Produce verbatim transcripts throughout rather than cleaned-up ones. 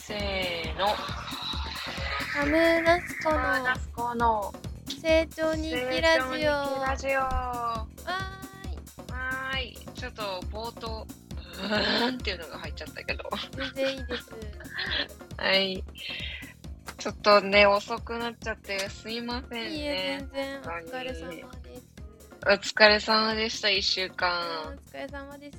せーの。 ハムナスコハムナのスコの成長日記ラジオ。 成長日記ラジオ。 わーい。 はーい。ちょっと冒頭、うーんっていうのが入っちゃったけど。 全然いいです。 はい。ちょっとね、遅くなっちゃってすいませんね。 いいえ、全然お疲れ様です。 お疲れ様でした、一週間。 お疲れ様でした。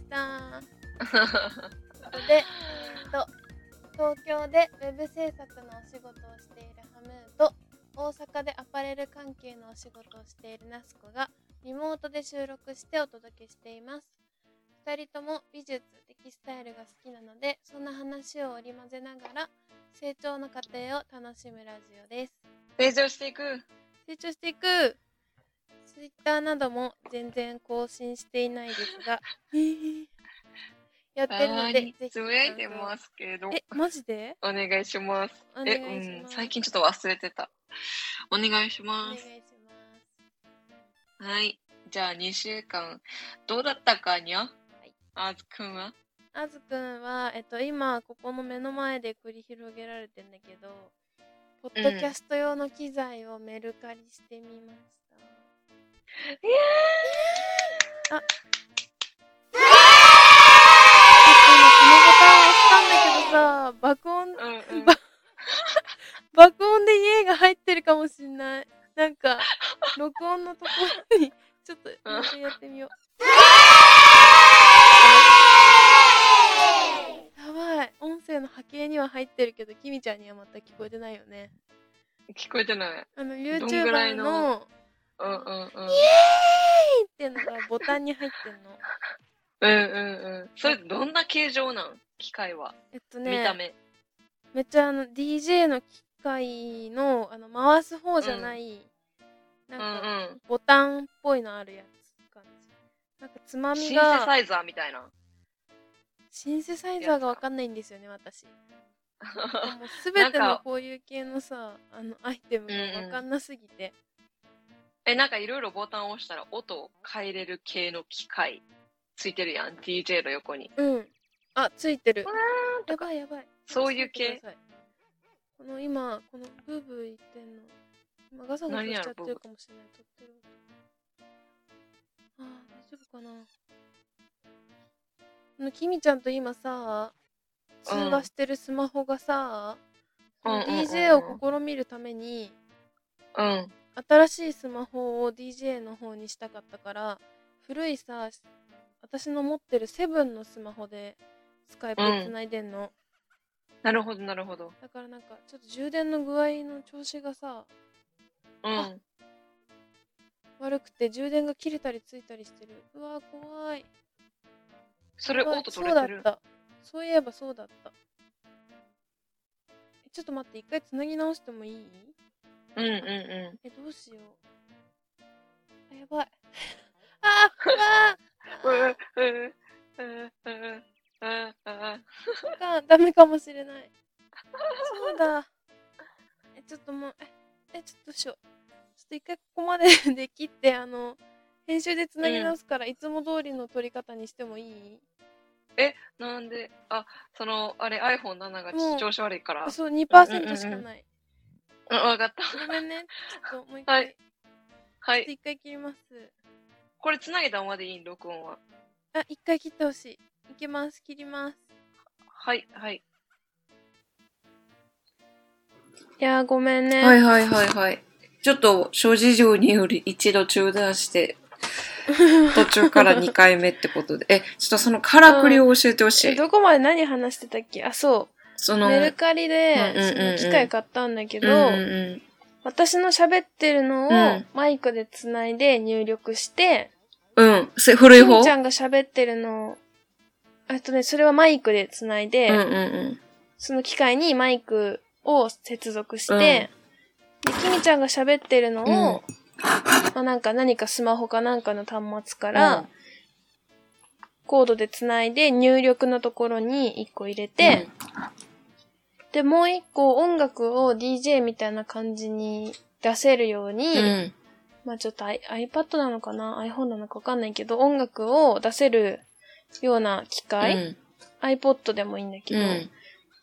で、えー、っと、東京でウェブ制作のお仕事をしているハムーと、大阪でアパレル関係のお仕事をしているナスコがリモートで収録してお届けしています。ふたりとも美術、テキスタイルが好きなので、そんな話を織り交ぜながら成長の過程を楽しむラジオです。 成長していく成長していくツイッターなども全然更新していないですがやってるのでぜひつぶやいてますけど。 え、マジでお願いします。 お願いします。 え、うん、最近ちょっと忘れてた。お願いします。 お願いします。はい。じゃあにしゅうかん、どうだったかにゃ、はい、あずくんはあずくんは、えっと、今、ここの目の前で繰り広げられてんだけど、ポッドキャスト用の機材をメルカリしてみました。 イエーイあさ、爆音、うんうん、爆音でイエーが入ってるかもしんない。なんか録音のところにちょっともう一回やってみよう。やばい、音声の波形には入ってるけどキミちゃんには全く聞こえてないよね。 聞こえてない。 あの YouTuber のうんうんうん、イエーイっていうのがボタンに入ってんの。 うんうんうん。それどんな形状なん？機械は。 えっとね、 見た目。 めっちゃあの ディージェー の機械のあの回す方じゃない、うん、なんかボタンっぽいのあるやつ感じ。なんかつまみが。 シンセサイザーみたいな。 シンセサイザーがわかんないんですよね、私。もうすべてのこういう系のさ、あのアイテムがわかんなすぎて。 うん、え、なんかいろいろボタンを押したら音を変えれる系の機械ついてるやん、ディージェー の横に。 うん。あ、ついてる。やばいやばい。 そういう系。 この今、このブーブー言ってんの。今ガサガサしちゃってるかもしれない。撮ってる音。あー、大丈夫かな。あの、キミちゃんと今さ、通話してるスマホがさ、うん、ディージェー を試みるために、 うん、 新しいスマホを ディージェー の方にしたかったから、古いさ、私の持ってるセブンのスマホでスカイプつないでんの、うん、 なるほどなるほど。 だからなんかちょっと充電の具合の調子がさ、 うん、 悪くて充電が切れたりついたりしてる。うわー怖い。 それ音取れてる？ そうだった。そういえばそうだった。え、ちょっと待って、一回つなぎ直してもいい？ うんうんうん。 え、どうしよう。あ、やばい。あー、うわー。あ、ダメかもしれない。そうだ。え、ちょっともう、え、え、ちょっとどうしよう。ちょっと一回ここまでで切って、あの、編集でつなぎ直すから、うん、いつも通りの撮り方にしてもいい？ え、なんで？あ、その、あれ アイフォンなな が調子悪いから。 そう、にパーセントしかない。 うん、わかった。 ごめんね。ちょっともう一回。はい。はい、ちょっと一回切ります。 これつなげたままでいい？録音は。 あ、一回切ってほしい。いけます。切ります。 はいはい。 いやー、ごめんね。 はいはいはいはい。ちょっと諸事情により一度中断して途中からにかいめってことで。え、ちょっとそのからくりを教えてほしい、うん。 どこまで何話してたっけ？あ、そう。そのメルカリで、うんうんうんうん、その機械買ったんだけど、うんうんうん、私の喋ってるのをマイクでつないで入力して、 うん。古い方？ きみちゃんが喋ってるのを、あとね、それはマイクでつないで、 うんうんうん、その機械にマイクを接続して、うん、で、きみちゃんが喋ってるのを、うん、まあ、なんか何かスマホかなんかの端末から、うん、コードでつないで入力のところにいっこ入れて、うん、で、もういっこ音楽を ディージェー みたいな感じに出せるように、うん、まあちょっと iPad なのかな iPhone なのかわかんないけど、音楽を出せるような機械、うん、iPod でもいいんだけど、うん、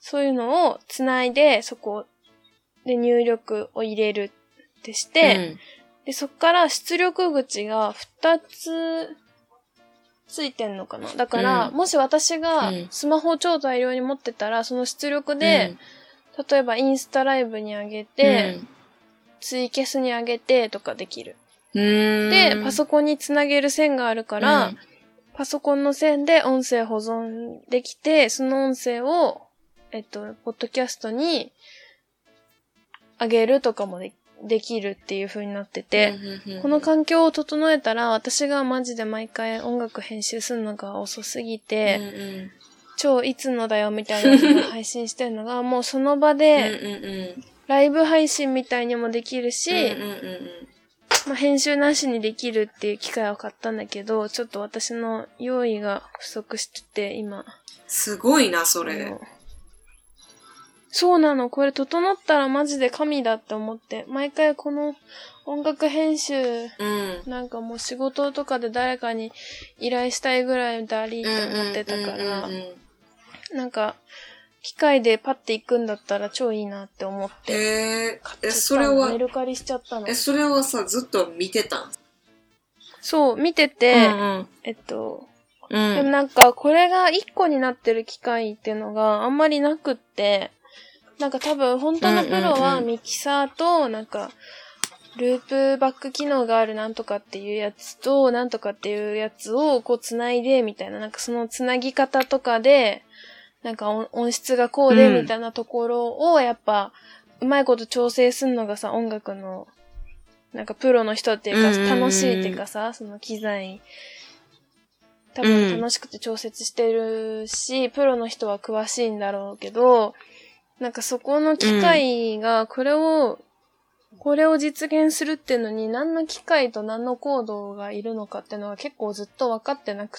そういうのをつないで、そこで入力を入れるってして、うん、で、そっから出力口がふたつついてんのかな。だから、うん、もし私がスマホを超大量に持ってたら、その出力で、うん、例えばインスタライブに上げて、うん、ツイキャスに上げてとかできる。で、パソコンにつなげる線があるから、うん、パソコンの線で音声保存できて、その音声を、えっと、ポッドキャストに上げるとかもで、できるっていう風になってて、この環境を整えたら、私がマジで毎回音楽編集するのが遅すぎて、うんうん、超いつのだよみたいなのを配信してるのが、もうその場で、ライブ配信みたいにもできるし、うんうんうん、まあ、編集なしにできるっていう機械を買ったんだけど、ちょっと私の用意が不足してて、今。 すごいな、それ。 そうなの。これ整ったらマジで神だって思って。毎回この音楽編集、うん、なんかもう仕事とかで誰かに依頼したいぐらいだりと思ってたから、なんか、機械でパッて行くんだったら超いいなって思って。 へえ、それは、 メルカリしちゃったの。 え、それはさ、ずっと見てたん？ そう、見てて、うんうん、えっと、うん、でもなんか、これが一個になってる機械っていうのがあんまりなくって、なんか多分本当のプロはミキサーとなんかループバック機能があるなんとかっていうやつとなんとかっていうやつをこう繋いでみたいな、なんかその繋ぎ方とかでなんか音質がこうでみたいなところをやっぱうまいこと調整するのがさ、音楽のなんかプロの人っていうか楽しいっていうかさ、その機材多分楽しくて調節してるし、プロの人は詳しいんだろうけど、なんかそこの機械がこれを、うん、これを実現するっていうのに何の機械と何のコードがいるのかっていうのは結構ずっと分かってなくって、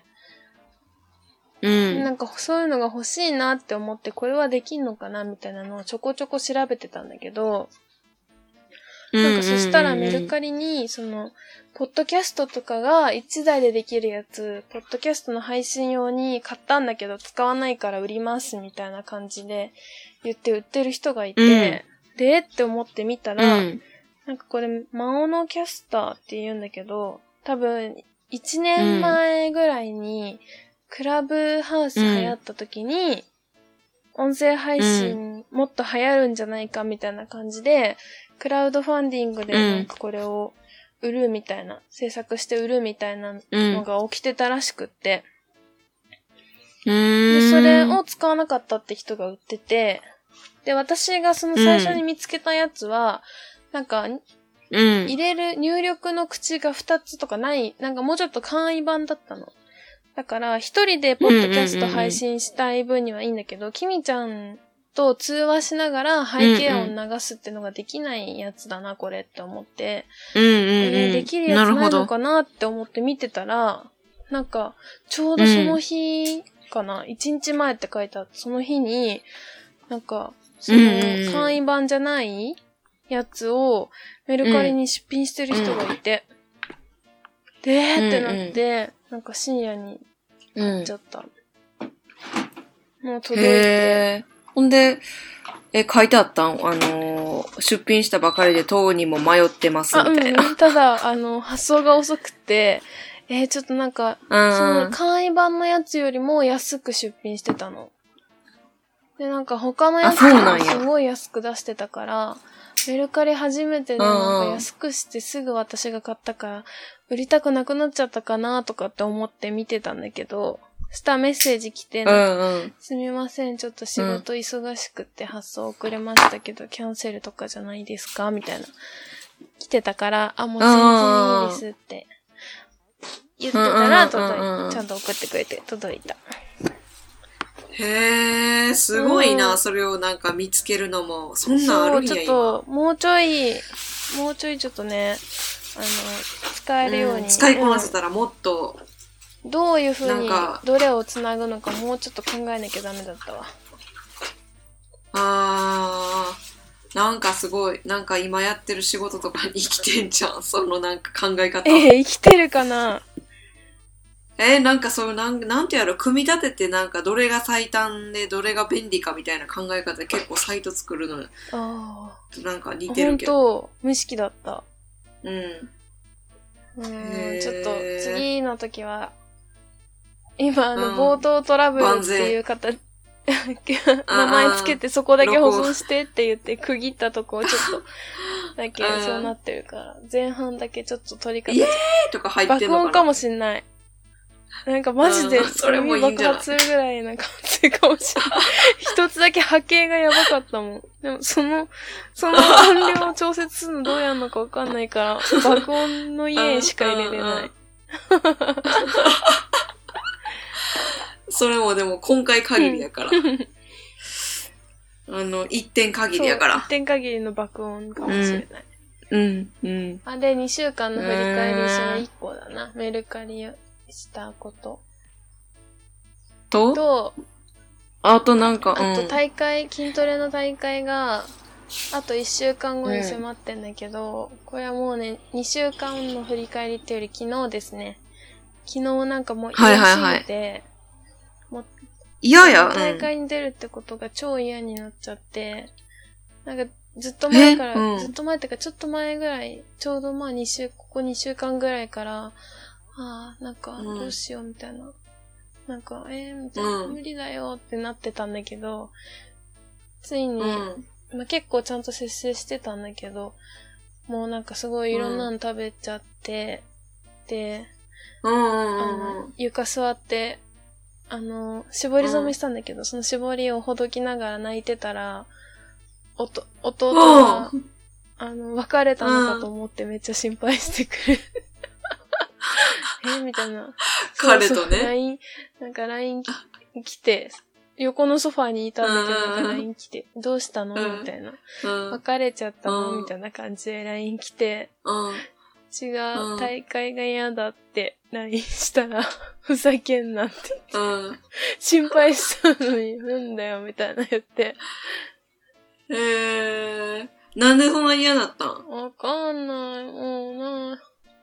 うん、なんかそういうのが欲しいなって思ってこれはできんのかなみたいなのをちょこちょこ調べてたんだけど、なんかそしたらメルカリにそのポッドキャストとかが一台でできるやつ、ポッドキャストの配信用に買ったんだけど使わないから売りますみたいな感じで言って売ってる人がいて、うん、でって思ってみたら、うん、なんかこれマオノキャスターって言うんだけど、多分いちねんまえぐらいにクラブハウス流行った時に、音声配信もっと流行るんじゃないかみたいな感じで、クラウドファンディングでなんかこれを売るみたいな、うん、制作して売るみたいなのが起きてたらしくって。うん、で、それを使わなかったって人が売ってて、で、私がその最初に見つけたやつは、うん、なんか、入れる入力の口がふたつとかない、なんかもうちょっと簡易版だったの。だから、一人でポッドキャスト配信したい分にはいいんだけど、キミちゃんと通話しながら背景音流すってのができないやつだな、これって思って。うんうんうん、できるやつないのかなって思って見てたら、なんか、ちょうどその日かな、いちにちまえって書いてあって、その日に、なんか、その、簡易版じゃないやつをメルカリに出品してる人がいて、でーってなって、なんか深夜に買っちゃった。もう届いて。 へー。ほんで、え、書いてあったんあのー、出品したばかりで当にも迷ってますみたいな。 うん、ただ、あの、発送が遅くて、えー、ちょっとなんか、その簡易版のやつよりも安く出品してたの。で、なんか他のやつもすごい安く出してたから、メルカリ初めてでなんか安くしてすぐ私が買ったから、売りたくなくなっちゃったかなとかって思って見てたんだけど、したメッセージ来て、なんか、うんうん、すみません、ちょっと仕事忙しくて発送遅れましたけど、うん、キャンセルとかじゃないですかみたいな。来てたから、あ、もう全然いいですって言ってたら届いた。ちゃんと送ってくれて届いた。 へー、すごいな、うん、それをなんか見つけるのも。そんなんあるんや。 そう、ちょっと、もうちょい、もうちょいちょっとね、あの、使えるように。うん、 使いこなせたらもっと、 どういう風にどれをつなぐのかもうちょっと考えなきゃダメだったわ。 あー、なんかすごい、なんか今やってる仕事とかに生きてんじゃん、そのなんか考え方。 えー、生きてるかな。 えー、なんかそういう、なん、なんてやろ、組み立ててなんかどれが最短でどれが便利かみたいな考え方で結構サイト作るの。 ああ。 なんか似てるけど。 ほんと、無意識だった。 うん。 うーん、ちょっと次の時は、今あの、 うん冒頭トラブルっていう方、名前つけてそこだけ保存してって言って区切ったとこをちょっと、だけそうなってるから、前半だけちょっと取り方。 イエーイとか入ってんのかな。 爆音かもしんない。なんかマジで、それも爆発するぐらいな感じかもしれない。一つだけ波形がやばかったもん。でもその、その音量を調節するのどうやるのかわかんないから、爆音の家しか入れれない。 それもでも今回限りやから。あの、一点限りやから。 一点限りの爆音かもしれない。 うん、うん、うん。 あ、で、にしゅうかんの振り返りそのいっこだな。メルカリしたこと。 とと、 あとなんか、 あと大会、うん、筋トレの大会が、あといっしゅうかんごに迫ってんだけど、うん、これはもうね、にしゅうかんの振り返りっていうより昨日ですね。昨日なんかもう嫌すぎて、もう嫌や。 大会に出るってことが超嫌になっちゃって、なんかずっと前から、うん、ずっと前ってかちょっと前ぐらい、ちょうどまあ2週、ここにしゅうかんぐらいから、ああ、なんかどうしようみたいな。うん、なんか、えー、みたいな、うん、無理だよってなってたんだけど、ついに、うん、まあ、結構ちゃんと節制してたんだけど、もうなんかすごいいろんなの食べちゃって、うん、で、 うんうんうん、 床座って、あの、絞り染めしたんだけど、うん、その絞りをほどきながら泣いてたら、おと、弟が、あの、別れたのかと思ってめっちゃ心配してくれる。えみたいな。 彼とね。 そうそう ライン、なんか ライン 来て、横のソファーにいたんだけど、なんか ライン 来て、どうしたのみたいな。別れちゃったのみたいな感じで ライン 来て、違う、大会が嫌だって ライン したら、ふざけんなって。心配したのに、なんだよ、みたいな言って。 へー。なんでそんな嫌だったん？ わかんない。もうな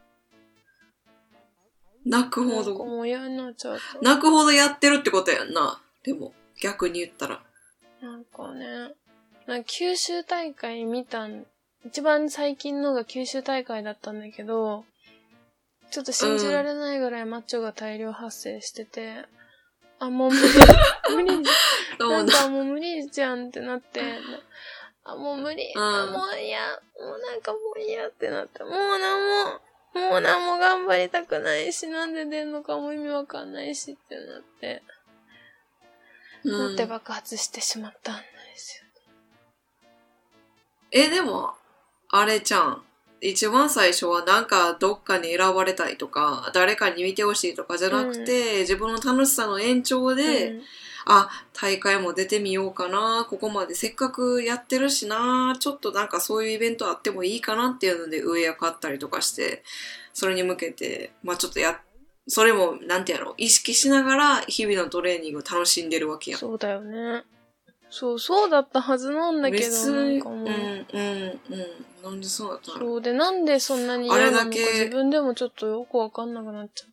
泣くほど。 なんかもう嫌になっちゃった。 泣くほどやってるってことやんな。でも、逆に言ったら。 なんかね、なんか九州大会見たん、一番最近のが九州大会だったんだけど、ちょっと信じられないぐらいマッチョが大量発生してて、うん、あ、もう無理、無理、なんかもう無理じゃんってなって、あ、もう無理、うん、あ、もう嫌、もうなんかもう嫌ってなって、もうなんも、もう何も頑張りたくないし、なんで出んのかも意味わかんないしってなって、うん、なって爆発してしまったんですよ。 え、でも、あれちゃん。一番最初はなんかどっかに選ばれたいとか、誰かに見てほしいとかじゃなくて、うん、自分の楽しさの延長で、うん、あ、大会も出てみようかな、ここまでせっかくやってるしな、ちょっとなんかそういうイベントあってもいいかなっていうので上を買ったりとかして、それに向けて、まあちょっとや、それもなんてやろう、意識しながら日々のトレーニングを楽しんでるわけやん。 そうだよね。そう、そうだったはずなんだけど、なんかもう。うん、うん、 うん。なんでそうだったの？ そうで、なんでそんなに嫌なのか自分でもちょっとよくわかんなくなっちゃって。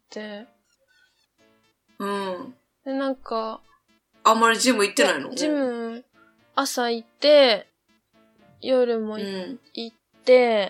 うん。 で、なんか。 あんまりジム行ってないの？ ジム、朝行って、夜も行って、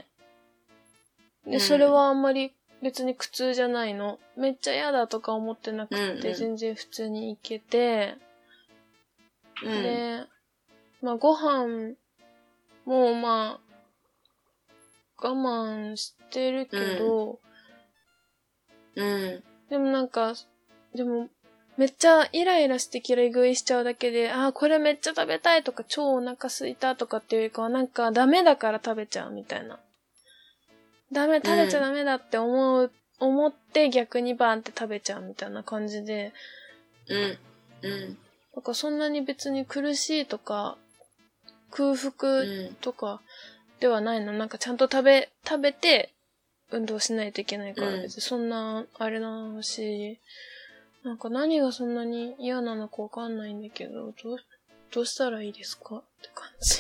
うん、で、それはあんまり別に苦痛じゃないの。めっちゃ嫌だとか思ってなくて、うんうん、全然普通に行けて、うん、で、まあご飯もまあ我慢してるけど、 うん、うん、 でもなんか、でもめっちゃイライラして嫌い食いしちゃうだけで、あーこれめっちゃ食べたいとか超お腹空いたとかっていうよりかはなんかダメだから食べちゃうみたいな。ダメ、食べちゃダメだって思う、うん、思って逆にバーンって食べちゃうみたいな感じで、 うん、うん。 なんかそんなに別に苦しいとか、空腹とかではないの。うん、なんかちゃんと食べ、食べて運動しないといけないから別にそんなあれなし、なんか何がそんなに嫌なのかわかんないんだけど、どう、どうしたらいいですかって感じ。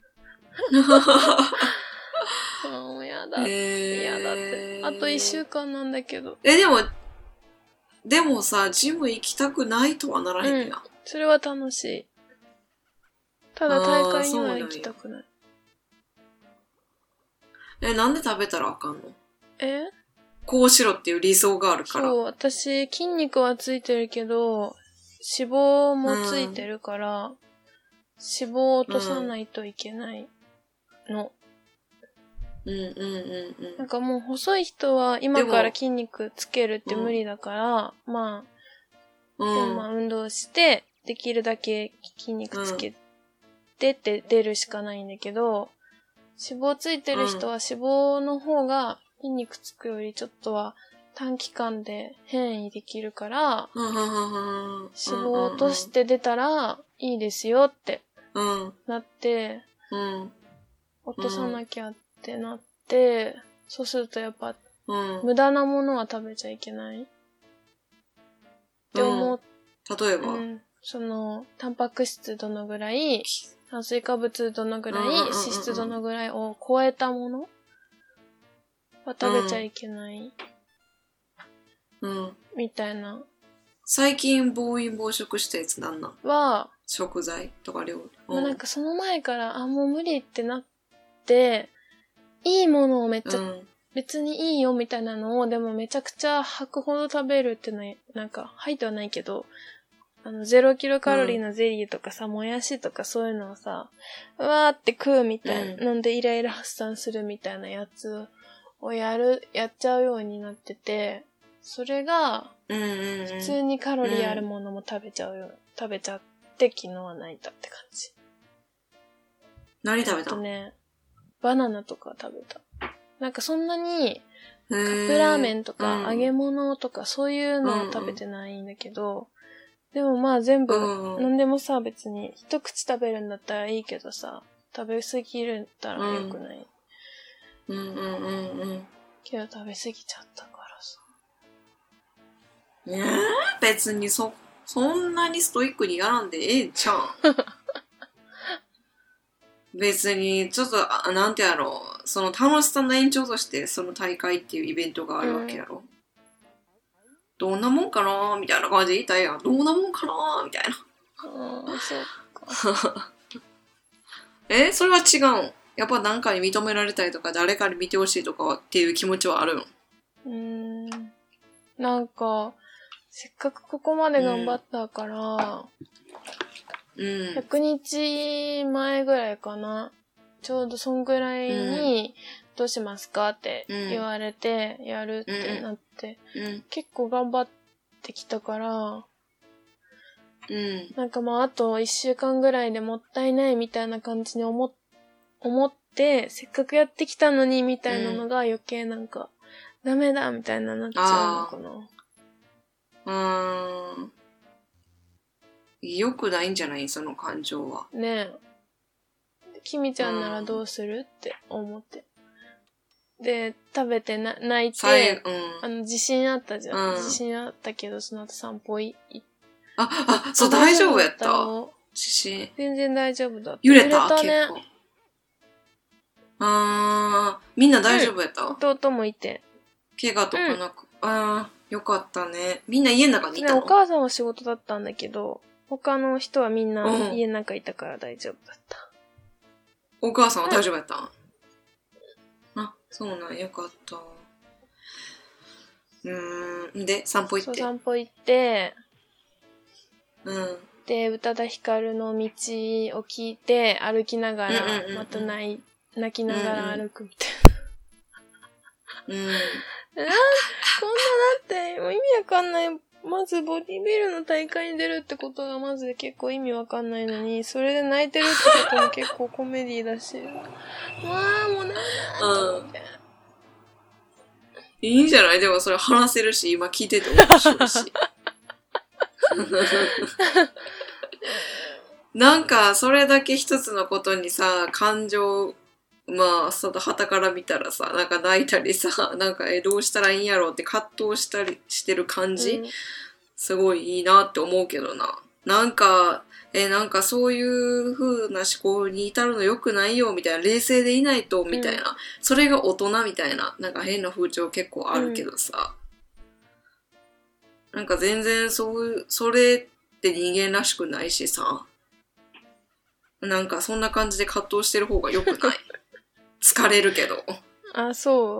あ、もう嫌だ。嫌、えー、だって。あと一週間なんだけど。 え、でも、 でもさ、ジム行きたくないとはならへんや、うん。 それは楽しい。ただ大会には行きたくない。 え、なんで食べたらあかんの？ え？ こうしろっていう理想があるから。 そう、私、筋肉はついてるけど、脂肪もついてるから、うん、脂肪を落とさないといけないの。うんうんうんうん。なんかもう細い人は今から筋肉つけるって無理だから、うん、まあ、うん、まあ運動して、できるだけ筋肉つけてって出るしかないんだけど、脂肪ついてる人は脂肪の方が筋肉つくよりちょっとは短期間で変異できるから、脂肪を落として出たらいいですよってなって、落とさなきゃってなって、そうするとやっぱ、無駄なものは食べちゃいけないって思う。 例えば、 うん、その、タンパク質どのぐらい、炭水化物どのぐらい、脂質どのぐらいを超えたものは食べちゃいけない。うん。みたいな。 最近暴飲暴食したやつなんなん？ は、 食材とか料理。 うん、まあ、なんかその前から、あ、もう無理ってなって、いいものをめっちゃ、うん、別にいいよみたいなのを、でもめちゃくちゃ吐くほど食べるってのは、なんか、吐いてはないけど、あの、ゼロキロカロリーのゼリーとかさ、うん、もやしとかそういうのをさ、うわーって食うみたいな、うん、なんでイライラ発散するみたいなやつをやる、やっちゃうようになってて、それが、普通にカロリーあるものも食べちゃうよ、うん、食べちゃって昨日は泣いたって感じ。 何食べた？ えっとね、バナナとか食べた。なんかそんなに、カップラーメンとか揚げ物とかそういうのを食べてないんだけど、でもまあ全部、うん、何でもさ別に一口食べるんだったらいいけどさ、食べ過ぎるんだったら良くない。うんうんうんうん。けど食べ過ぎちゃったからさ。 ねえ、別にそ、そんなにストイックにやらんでええんちゃう別に、ちょっと、なんてやろう、その楽しさの延長としてその大会っていうイベントがあるわけやろ。うん、どんなもんかなみたいな感じで言いたいやん。どんなもんかなみたいな。 ああ、そうか。 え、それは違うん？やっぱ何かに認められたいとか、誰かに見てほしいとかっていう気持ちはあるの？ うーん。なんか、せっかくここまで頑張ったから、うん、ひゃくにちまえぐらいかな。ちょうどそんぐらいに、どうしますかって言われて、やるってなって、うんうん、結構頑張ってきたから、うん、なんかまああといっしゅうかんぐらいでもったいないみたいな感じに思、思って、せっかくやってきたのにみたいなのが余計なんか、ダメだみたいななっちゃうのかな。 うーん。良くないんじゃない？その感情は。 ねえ。きみちゃんならどうするって思って。で、食べてな泣いて、うん、あの、自信あったじゃん。うん、自信あったけど、その後散歩い、いあ、あ、そう、大丈夫やった。自信。 全然大丈夫だった。 揺れた？揺れたね。結構。あー、みんな大丈夫やった？うん、 弟もいて。 怪我とかなく。うん、あー、よかったね。みんな家の中にいたの？ ね、お母さんは仕事だったんだけど、他の人はみんな家の中いたから大丈夫だった。 うん、お母さんは大丈夫やった？うん、あ、そうなん、よかった。うーん、で、散歩行って。 そう、散歩行って、 うん。 で、宇多田ヒカルの道を聞いて、歩きながら、また泣い、泣きながら歩くみたいな。うん。うん、こんなだって、もう意味わかんない。まずボディビルの大会に出るってことがまず結構意味わかんないのに、それで泣いてるってことも結構コメディだし。わあ、もうなんだと思って。 いいんじゃない？でもそれ話せるし、今聞いてて面白いし。なんか、それだけ一つのことにさ、感情、まあ、その旗から見たらさ、なんか泣いたりさ、なんか、え、どうしたらいいんやろうって葛藤したりしてる感じ、うん、すごいいいなって思うけどな。なんか、え、なんかそういう風な思考に至るの良くないよみたいな、冷静でいないとみたいな、うん、それが大人みたいな、なんか変な風潮結構あるけどさ、うなんか全然そういう、それって人間らしくないしさ。なんかそんな感じで葛藤してる方が良くない。疲れるけど。 あ、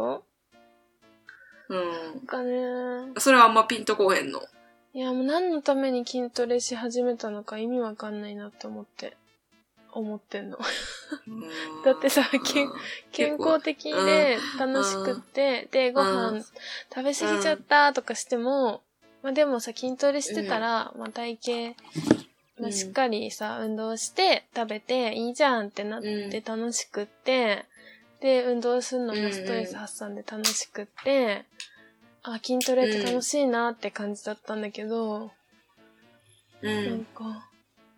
そううん。 なんかね。 それはあんまピンとこへんの。 いや、もう何のために筋トレし始めたのか意味わかんないなって思って、思ってんの。だってさ、健、健康的で楽しくって、で、ご飯食べ過ぎちゃったとかしても、まあでもさ、筋トレしてたら、まあ体型、まあ、しっかりさ、運動して食べていいじゃんってなって楽しくって、で、運動するのもストレス発散で楽しくって、あ、筋トレって楽しいなって感じだったんだけど、うん、なんか、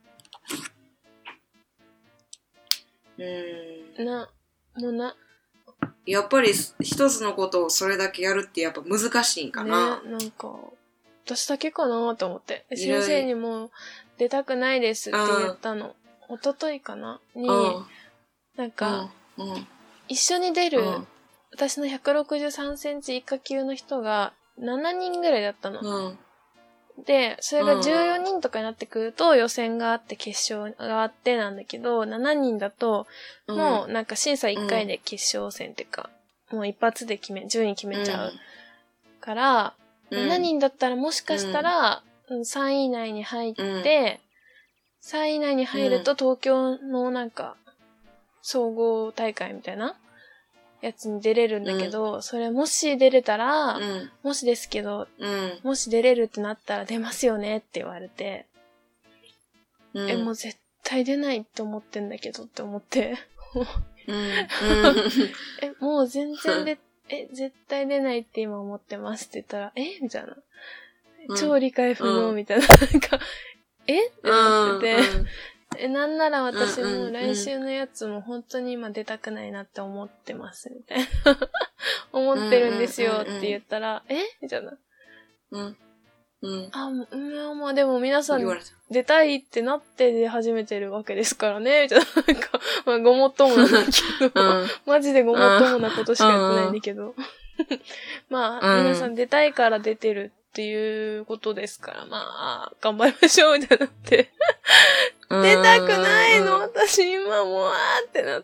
うん、な、もうな、 やっぱり一つのことをそれだけやるってやっぱ難しいんかな。 ね、なんか、私だけかなと思って。先生にも出たくないですって言ったの。一昨日かなに、なんか、うんうん、一緒に出る、うん、私のひゃくろくじゅうさんセンチ以下級の人がしちにんぐらいだったの。うん、で、それがじゅうよにんとかになってくると予選があって決勝があってなんだけど、しちにんだともうなんか審査いっかいで決勝戦っていうか、もう一発で決め、順位決めちゃうから、うん、しちにんだったらもしかしたらさんい以内に入って、うん、さんい以内に入ると東京のなんか総合大会みたいなやつに出れるんだけど、うん、それもし出れたら、うん、もしですけど、うん、もし出れるってなったら出ますよねって言われて、うん、え、もう絶対出ないって思ってんだけどって思って、うん、え、もう全然で、え、絶対出ないって今思ってますって言ったら、えみたいな。超理解不能みたいな。うん、なんか、えってなってて、うん、え、なんなら私も来週のやつも本当に今出たくないなって思ってます、みたいな。思ってるんですよって言ったら、えみたいな。うん。うん。あ、もう、まあでも皆さん出たいってなって出始めてるわけですからね、みたいな。なんか、まあごもっともなんだけど、うん、マジでごもっともなことしかやってないんだけど。まあ、うん、皆さん出たいから出てるっていうことですから、まあ、頑張りましょう、みたいになって。出たくないの私今もう、あーってなって。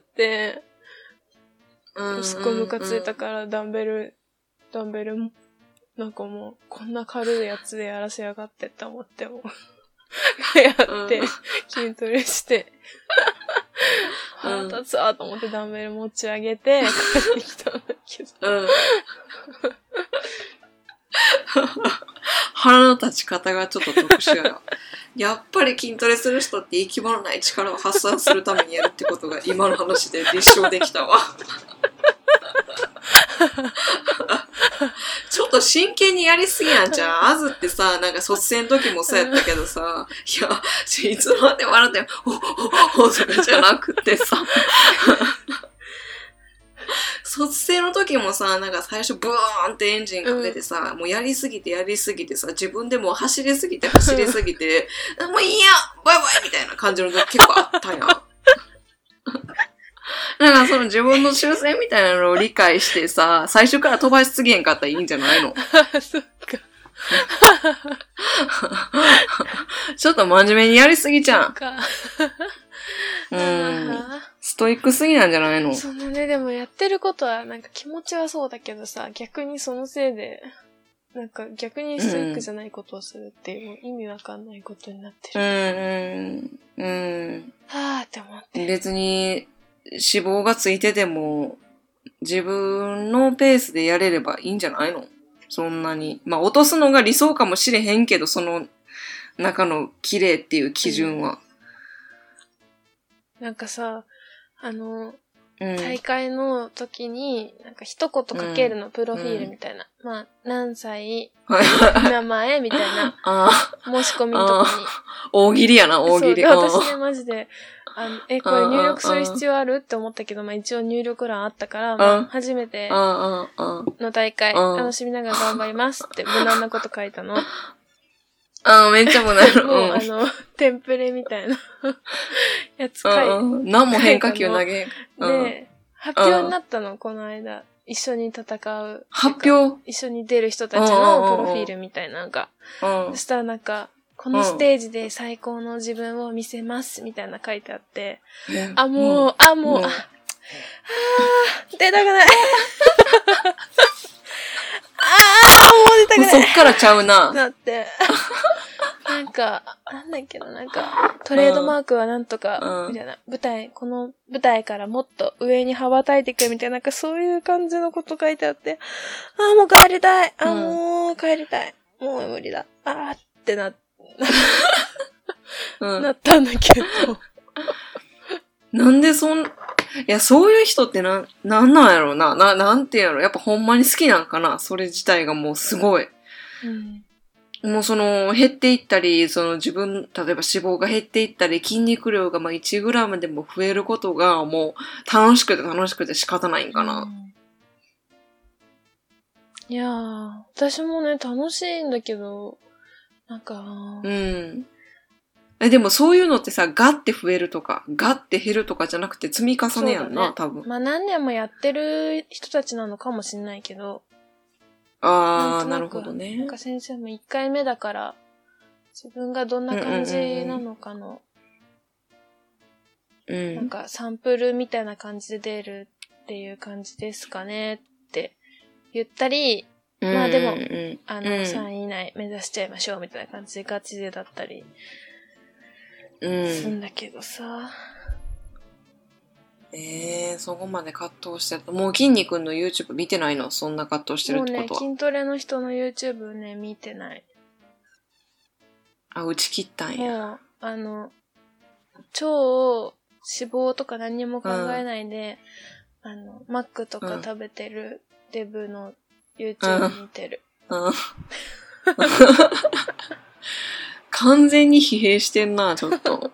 すっごいムカついたからダンベル、ダンベルも、なんかもう、こんな軽いやつでやらせやがってって思っても。やって、筋トレして。腹立つわと思ってダンベル持ち上げて、帰ってきたんだけど。うん、 腹の立ち方がちょっと特殊やな。やっぱり筋トレする人って生き物ない力を発散するためにやるってことが今の話で立証できたわ。ちょっと真剣にやりすぎやんじゃん。あずってさ、なんか卒生の時もそうやったけどさ、いや、いつまで笑っても、ほほほとかじゃなくてさ、卒生の時もさ、なんか最初ブーンってエンジンかけてさ、うん、もうやりすぎてやりすぎてさ、自分でもう走りすぎて走りすぎて、もういいやバイバイみたいな感じのが結構あったやん。なんかその自分の修正みたいなのを理解してさ、最初から飛ばしすぎへんかったらいいんじゃないの？そっか。ちょっと真面目にやりすぎちゃん。うん。ストイックすぎなんじゃないの？ そのね、でもやってることはなんか気持ちはそうだけどさ、逆にそのせいで、なんか逆にストイックじゃないことをするっていう、うん、意味わかんないことになってる。うん、うん。うん。はぁって思って。 別に脂肪がついてても、自分のペースでやれればいいんじゃないの？そんなに。まあ落とすのが理想かもしれへんけど、その中の綺麗っていう基準は。 うん、なんかさ、あの、うん、大会の時に、なんか一言書けるの、うん、プロフィールみたいな。うん、まあ、何歳、名前みたいな。申し込みのとこに。 大喜利やな、大喜利。 そう私ね、マジで、あの、え、これ入力する必要あるって思ったけど、まあ一応入力欄あったから、まあ初めての大会、楽しみながら頑張りますって無難なこと書いたの。 ああ、めっちゃ無難。 もう、あの、テンプレみたいなやつ書いて。 何も変化球投げ。 で、発表になったの、この間。 一緒に戦う。 発表一緒に出る人たちのプロフィールみたいなのが。 うん。 そしたらなんか、このステージで最高の自分を見せますみたいな書いてあって、うん、あ、もう、うん、あ、もう、うん、あ、あー、出たくない。あー、もう出たくない。 そっからちゃうな。 だって。なんか、なんだっけな、なんか、トレードマークはなんとか、みたいな、舞台、この舞台からもっと上に羽ばたいていくみたいな、なんかそういう感じのこと書いてあって、あーもう帰りたい、あーもう帰りたい、もう無理だ、あーってな、うん、なったんだけど。 なんでそん、いや、そういう人ってな、なんなんやろうな、な、なんてやろう、やっぱほんまに好きなんかな、それ自体がもうすごい。うんもうその減っていったり、その自分、例えば脂肪が減っていったり、筋肉量がまあいちグラムでも増えることがもう楽しくて楽しくて仕方ないんかな。うん、 いやー、私もね、楽しいんだけど、なんか、 うん。え、でもそういうのってさ、ガッて増えるとか、ガッて減るとかじゃなくて積み重ねやんな、ね、多分。 まあ何年もやってる人たちなのかもしんないけど、 ああ、なるほどね。 なんか先生もいっかいめだから、自分がどんな感じなのかの、うん、なんかサンプルみたいな感じで出るっていう感じですかねって言ったり、うん、まあでも、うん、あの、うん、さんい以内目指しちゃいましょうみたいな感じでガチでだったり、うん、すんだけどさ。 ええー、そこまで葛藤してた。もう筋肉の YouTube 見てないの？そんな葛藤してるってことは。 もうね、筋トレの人の YouTube ね、見てない。 あ、打ち切ったんや。 もう、あの、超脂肪とか何にも考えないで、うん、あの、マックとか食べてるデブの YouTube 見てる。うんうん、 完全に疲弊してんな、ちょっと。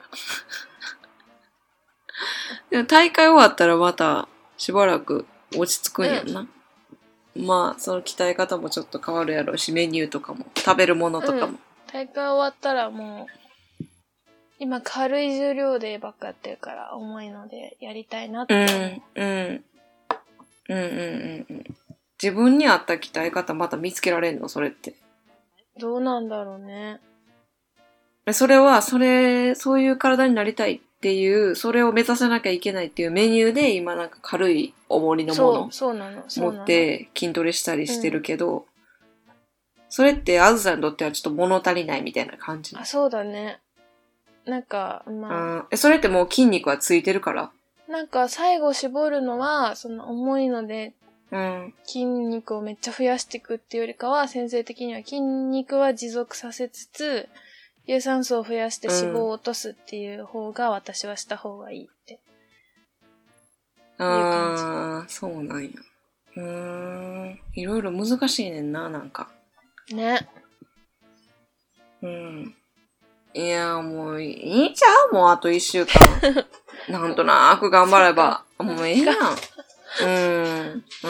大会終わったらまたしばらく落ち着くんやんな。うん、まあ、その鍛え方もちょっと変わるやろうし、メニューとかも、食べるものとかも。うん、 大会終わったらもう、今軽い重量でばっかやってるから重いのでやりたいなって思う。うん、うん。うんうんうんうん。自分に合った鍛え方また見つけられんの？それって。 どうなんだろうね。 それは、それ、そういう体になりたいっていう、それを目指さなきゃいけないっていうメニューで今なんか軽い重りのもの持って筋トレしたりしてるけど、うん、それってあずさんにとってはちょっと物足りないみたいな感じ。 あ、そうだね。なんか、まあ、あそれってもう筋肉はついてるから？ なんか最後絞るのは、その重いので、うん、筋肉をめっちゃ増やしていくっていうよりかは、先生的には筋肉は持続させつつ、有酸素を増やして脂肪を落とすっていう方が、私はした方がいいって。 うん、ああ、そうなんや。うーん。いろいろ難しいねんな、なんか。 ね。 うん。いや、もういいんちゃう？もうあと一週間。なんとなく頑張れば。もうええやん。うん。うん。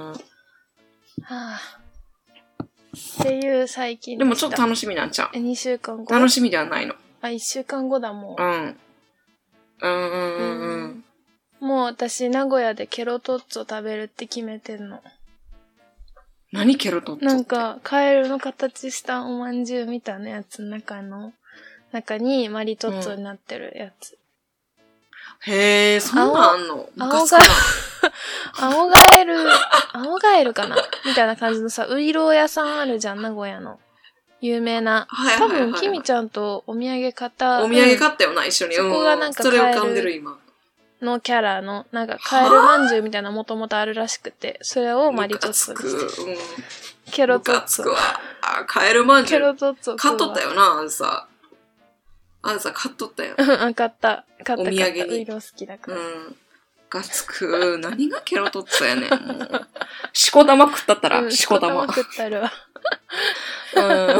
はあ。っていう最近でもちょっと楽しみなんちゃう？ え、にしゅうかんご。 楽しみではないの。 あ、いっしゅうかんごだもん。 うん。うんうんうんうん。 もう私、名古屋でケロトッツォ食べるって決めてんの。 何ケロトッツォ？ なんか、カエルの形したおまんじゅうみたいなやつの中の、中にマリトッツォになってるやつ。 うん、へえ、そんなんあんの？ 青が、青ガエル、青ガエルかなみたいな感じのさ、ウイロー屋さんあるじゃん、名古屋の。有名な。はいはいはいはい、多分、キミちゃんとお土産買った。 お土産買ったよな、一緒に。 そこがなんかカエル。それ浮かんでる今。のキャラの、なんかカエルまんじゅうみたいなもともとあるらしくて、それをマリトッツォにして。うん、ケロトッツォ。 あ、カエルまんじゅう。 ケロトッツォ。 買っとったよな、あんさ。あんさ買っとったよ。 うん、買った。買った。 お土産に。 ウイロ好きだから。うん。 がつく。何がケロトッツォやねん。もうしこ玉食ったったら、うん、しこ玉。 しこ玉食ったるわ。 うん。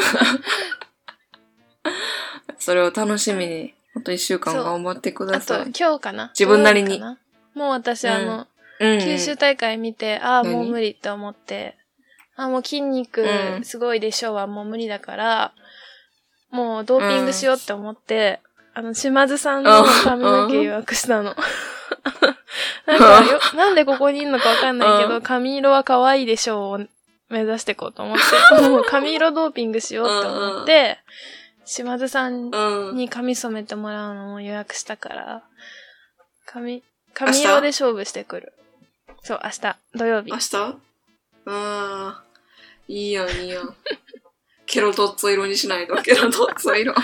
それを楽しみに。あと一週間頑張ってください。 あと今日かな。 自分なりに。 もう私、うん、あの、うん、九州大会見て、ああ、もう無理って思って、ああ、もう筋肉すごいでしょうはもう無理だから、うん、もうドーピングしようって思って、うん、あの、島津さんの髪の毛予約したの。 なんかよ、なんでここにいるのかわかんないけど、髪色は可愛いでしょうを目指していこうと思って、もう髪色ドーピングしようって思って、島津さんに髪染めてもらうのを予約したから、髪、髪色で勝負してくる。そう、明日、土曜日。 明日ああ、いいやん、いいやん。ケロトッツォ色にしないと、ケロトッツォ色。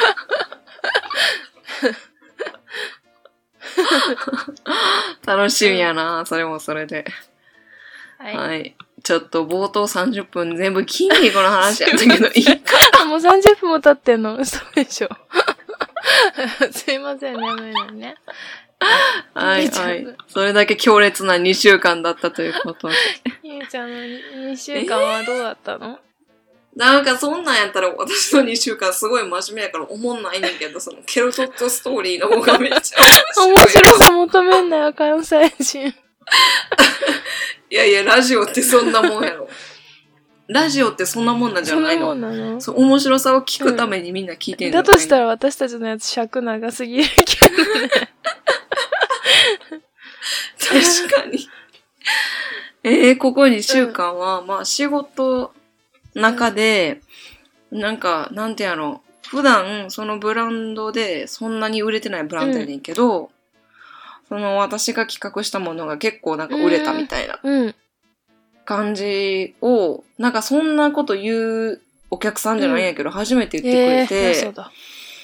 楽しみやな、それもそれで。はい。はい。ちょっと冒頭さんじゅっぷん全部筋肉の話やったけど、いいか。 もうさんじゅっぷんも経ってんの？嘘でしょ。すいません、眠いのにね。 はいはい。それだけ強烈なにしゅうかんだったということで。 ゆうちゃんのにしゅうかんはどうだったの？ なんかそんなんやったら私のにしゅうかんすごい真面目やから思んないねんけど、そのケロトッツォストーリーの方がめっちゃ面白い。面白さ求めんなよ、関西人。 いやいや、ラジオってそんなもんやろ。ラジオってそんなもんなんじゃないの？ そんなもんなの？ そう、面白さを聞くためにみんな聞いてるの、 うん、だとしたら私たちのやつ尺長すぎるけどね。 確かに。えー、ここにしゅうかんは、うん、まあ仕事中で、うん、なんか、なんてやろう。普段そのブランドでそんなに売れてないブランドやねんけど、うん、その私が企画したものが結構なんか売れたみたいな感じを、なんかそんなこと言うお客さんじゃないんやけど、うん、初めて言ってくれて、えー、そうだ。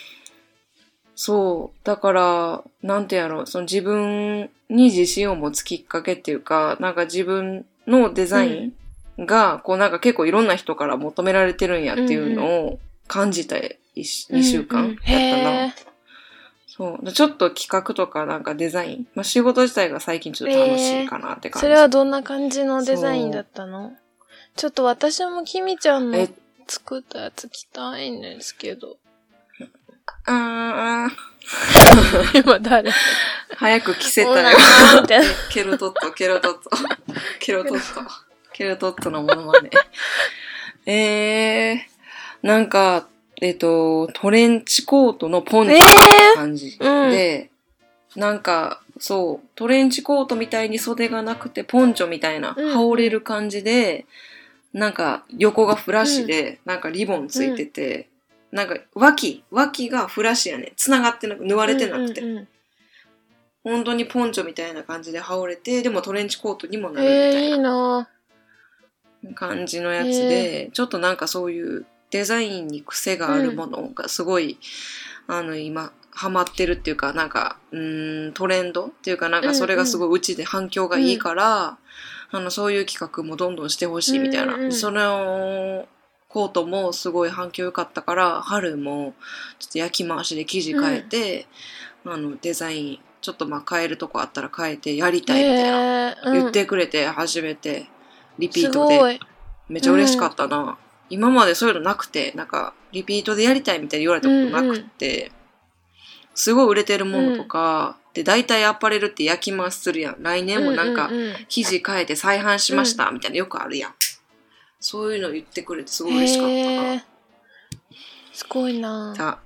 そう。だから、なんてやろう、その自分に自信を持つきっかけっていうか、なんか自分のデザインが、こうなんか結構いろんな人から求められてるんやっていうのを感じたにしゅうかんやったな。うんうん、そう。ちょっと企画とかなんかデザイン、まあ仕事自体が最近ちょっと楽しいかなって感じ。 えー、それはどんな感じのデザインだったの？ちょっと私もきみちゃんの作ったやつ着たいんですけど。 あー。今誰？ 早く着せたよ。ケロトット、ケロトット。ケロトット。ケロトットのものまね。えー、なんか、えっと、トレンチコートのポンチョって感じ、えー、で、うん、なんか、そう、トレンチコートみたいに袖がなくて、ポンチョみたいな、羽織れる感じで、うん、なんか、横がフラッシュで、うん、なんかリボンついてて、うん、なんか、脇、脇がフラッシュやね。繋がってなく、縫われてなくて、うんうんうん。本当にポンチョみたいな感じで羽織れて、でもトレンチコートにもなるみたいな。えー、いいな感じのやつで、えー、ちょっとなんかそういうデザインに癖があるものがすごい、うん、あの今ハマってるっていうか、なんかうーんトレンドっていうか、なんかそれがすごいうちで反響がいいから、うん、あのそういう企画もどんどんしてほしいみたいな、うんうん、そのコートもすごい反響良かったから、春もちょっと焼き回しで生地変えて、うん、あのデザインちょっとまあ変えるとこあったら変えてやりたいみたいな、えーうん、言ってくれて初めてリピートでめっちゃ嬉しかったな、うん、今までそういうのなくて、なんかリピートでやりたいみたいに言われたことなくて、うんうん、すごい売れてるものとか、うん、で大体アパレルって焼き回しするやん。来年もなんか生地変えて再販しましたみたいなよくあるやん。そういうの言ってくれてすごい嬉しかったな。 すごいなさ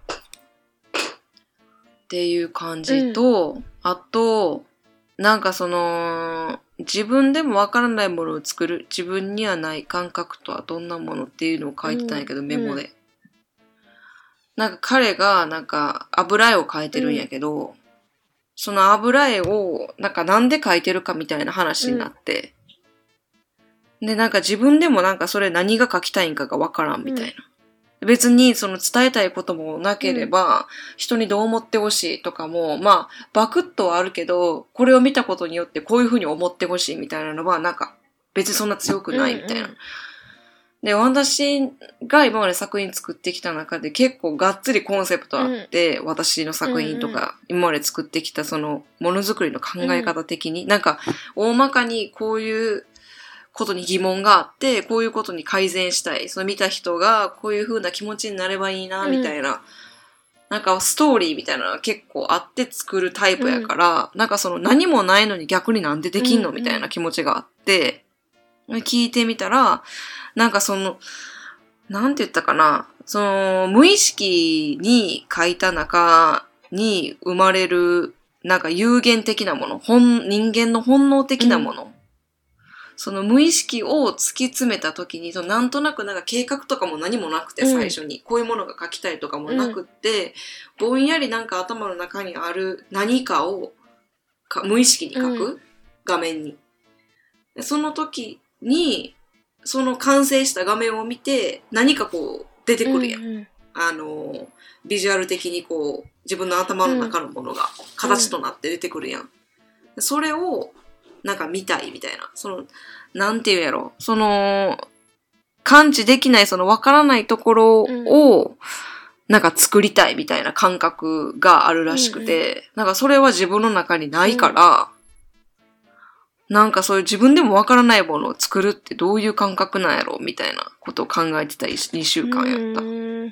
っていう感じと、うん、あとなんかその自分でもわからないものを作る、自分にはない感覚とはどんなものっていうのを書いてたんやけど、うん、メモで、うん、なんか彼がなんか油絵を描いてるんやけど、うん、その油絵をなんかなんで描いてるかみたいな話になって、うん、でなんか自分でもなんかそれ何が描きたいんかがわからんみたいな、うん、別にその伝えたいこともなければ、うん、人にどう思ってほしいとかもまあバクッとはあるけど、これを見たことによってこういうふうに思ってほしいみたいなのはなんか別にそんな強くないみたいな、うんうん、で私が今まで作品作ってきた中で結構がっつりコンセプトあって、うん、私の作品とか今まで作ってきたそのものづくりの考え方的に、うん、なんか大まかにこういうことに疑問があって、こういうことに改善したい。その見た人がこういう風な気持ちになればいいな、みたいな、うん、なんかストーリーみたいなのが結構あって作るタイプやから、うん、なんかその何もないのに逆になんでできんのみたいな気持ちがあって、聞いてみたら、なんかその、なんて言ったかな、その無意識に書いた中に生まれるなんか有限的なもの、本、人間の本能的なもの、うん、その無意識を突き詰めた時に、そのなんとなくなんか計画とかも何もなくて、最初に、うん、こういうものが書きたいとかもなくって、うん、ぼんやりなんか頭の中にある何かをか無意識に書く、うん、画面に。その時に、その完成した画面を見て、何かこう出てくるやん。うんうん、あの、ビジュアル的にこう、自分の頭の中のものが形となって出てくるやん。うん、それを、なんか見たいみたいな。その、なんていうんやろ。その、感知できない、その分からないところを、うん、なんか作りたいみたいな感覚があるらしくて、うんうん、なんかそれは自分の中にないから、うん、なんかそういう自分でも分からないものを作るってどういう感覚なんやろみたいなことを考えてたにしゅうかんやった。うん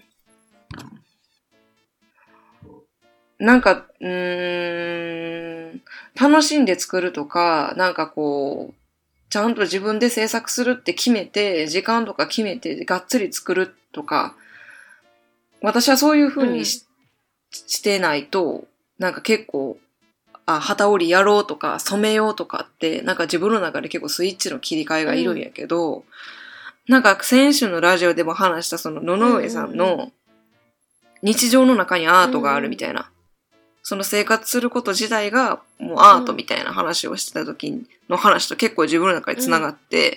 なんか、うーん、楽しんで作るとか、なんかこう、ちゃんと自分で制作するって決めて、時間とか決めて、がっつり作るとか、私はそういう風に し,、うん、してないと、なんか結構、あ、旗織りやろうとか、染めようとかって、なんか自分の中で結構スイッチの切り替えがいるんやけど、うん、なんか先週のラジオでも話したその野上さんの日常の中にアートがあるみたいな。うんうんその生活すること自体がもうアートみたいな話をしてた時の話と結構自分の中に繋がって、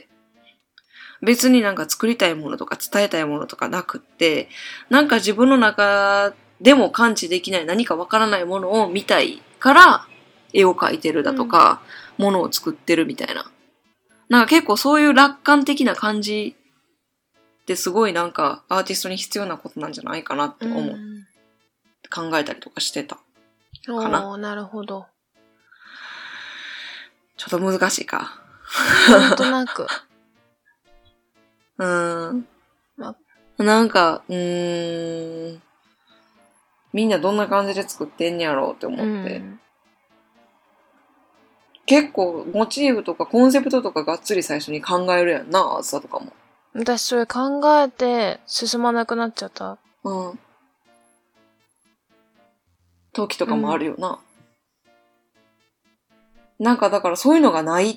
うん、別になんか作りたいものとか伝えたいものとかなくって、なんか自分の中でも感知できない何かわからないものを見たいから絵を描いてるだとか、うん、ものを作ってるみたいな。なんか結構そういう楽観的な感じってすごいなんかアーティストに必要なことなんじゃないかなって思う。うん、考えたりとかしてた。かな。 おー、なるほど。 ちょっと難しいか。 なんとなく。 うーん。ま、なんか、うーん。みんなどんな感じで作ってんやろうって思って。うん、結構、モチーフとかコンセプトとかがっつり最初に考えるやんな、あずさとかも。 私それ考えて進まなくなっちゃった。うん。 時とかもあるよな。うん、なんかだからそういうのがないって、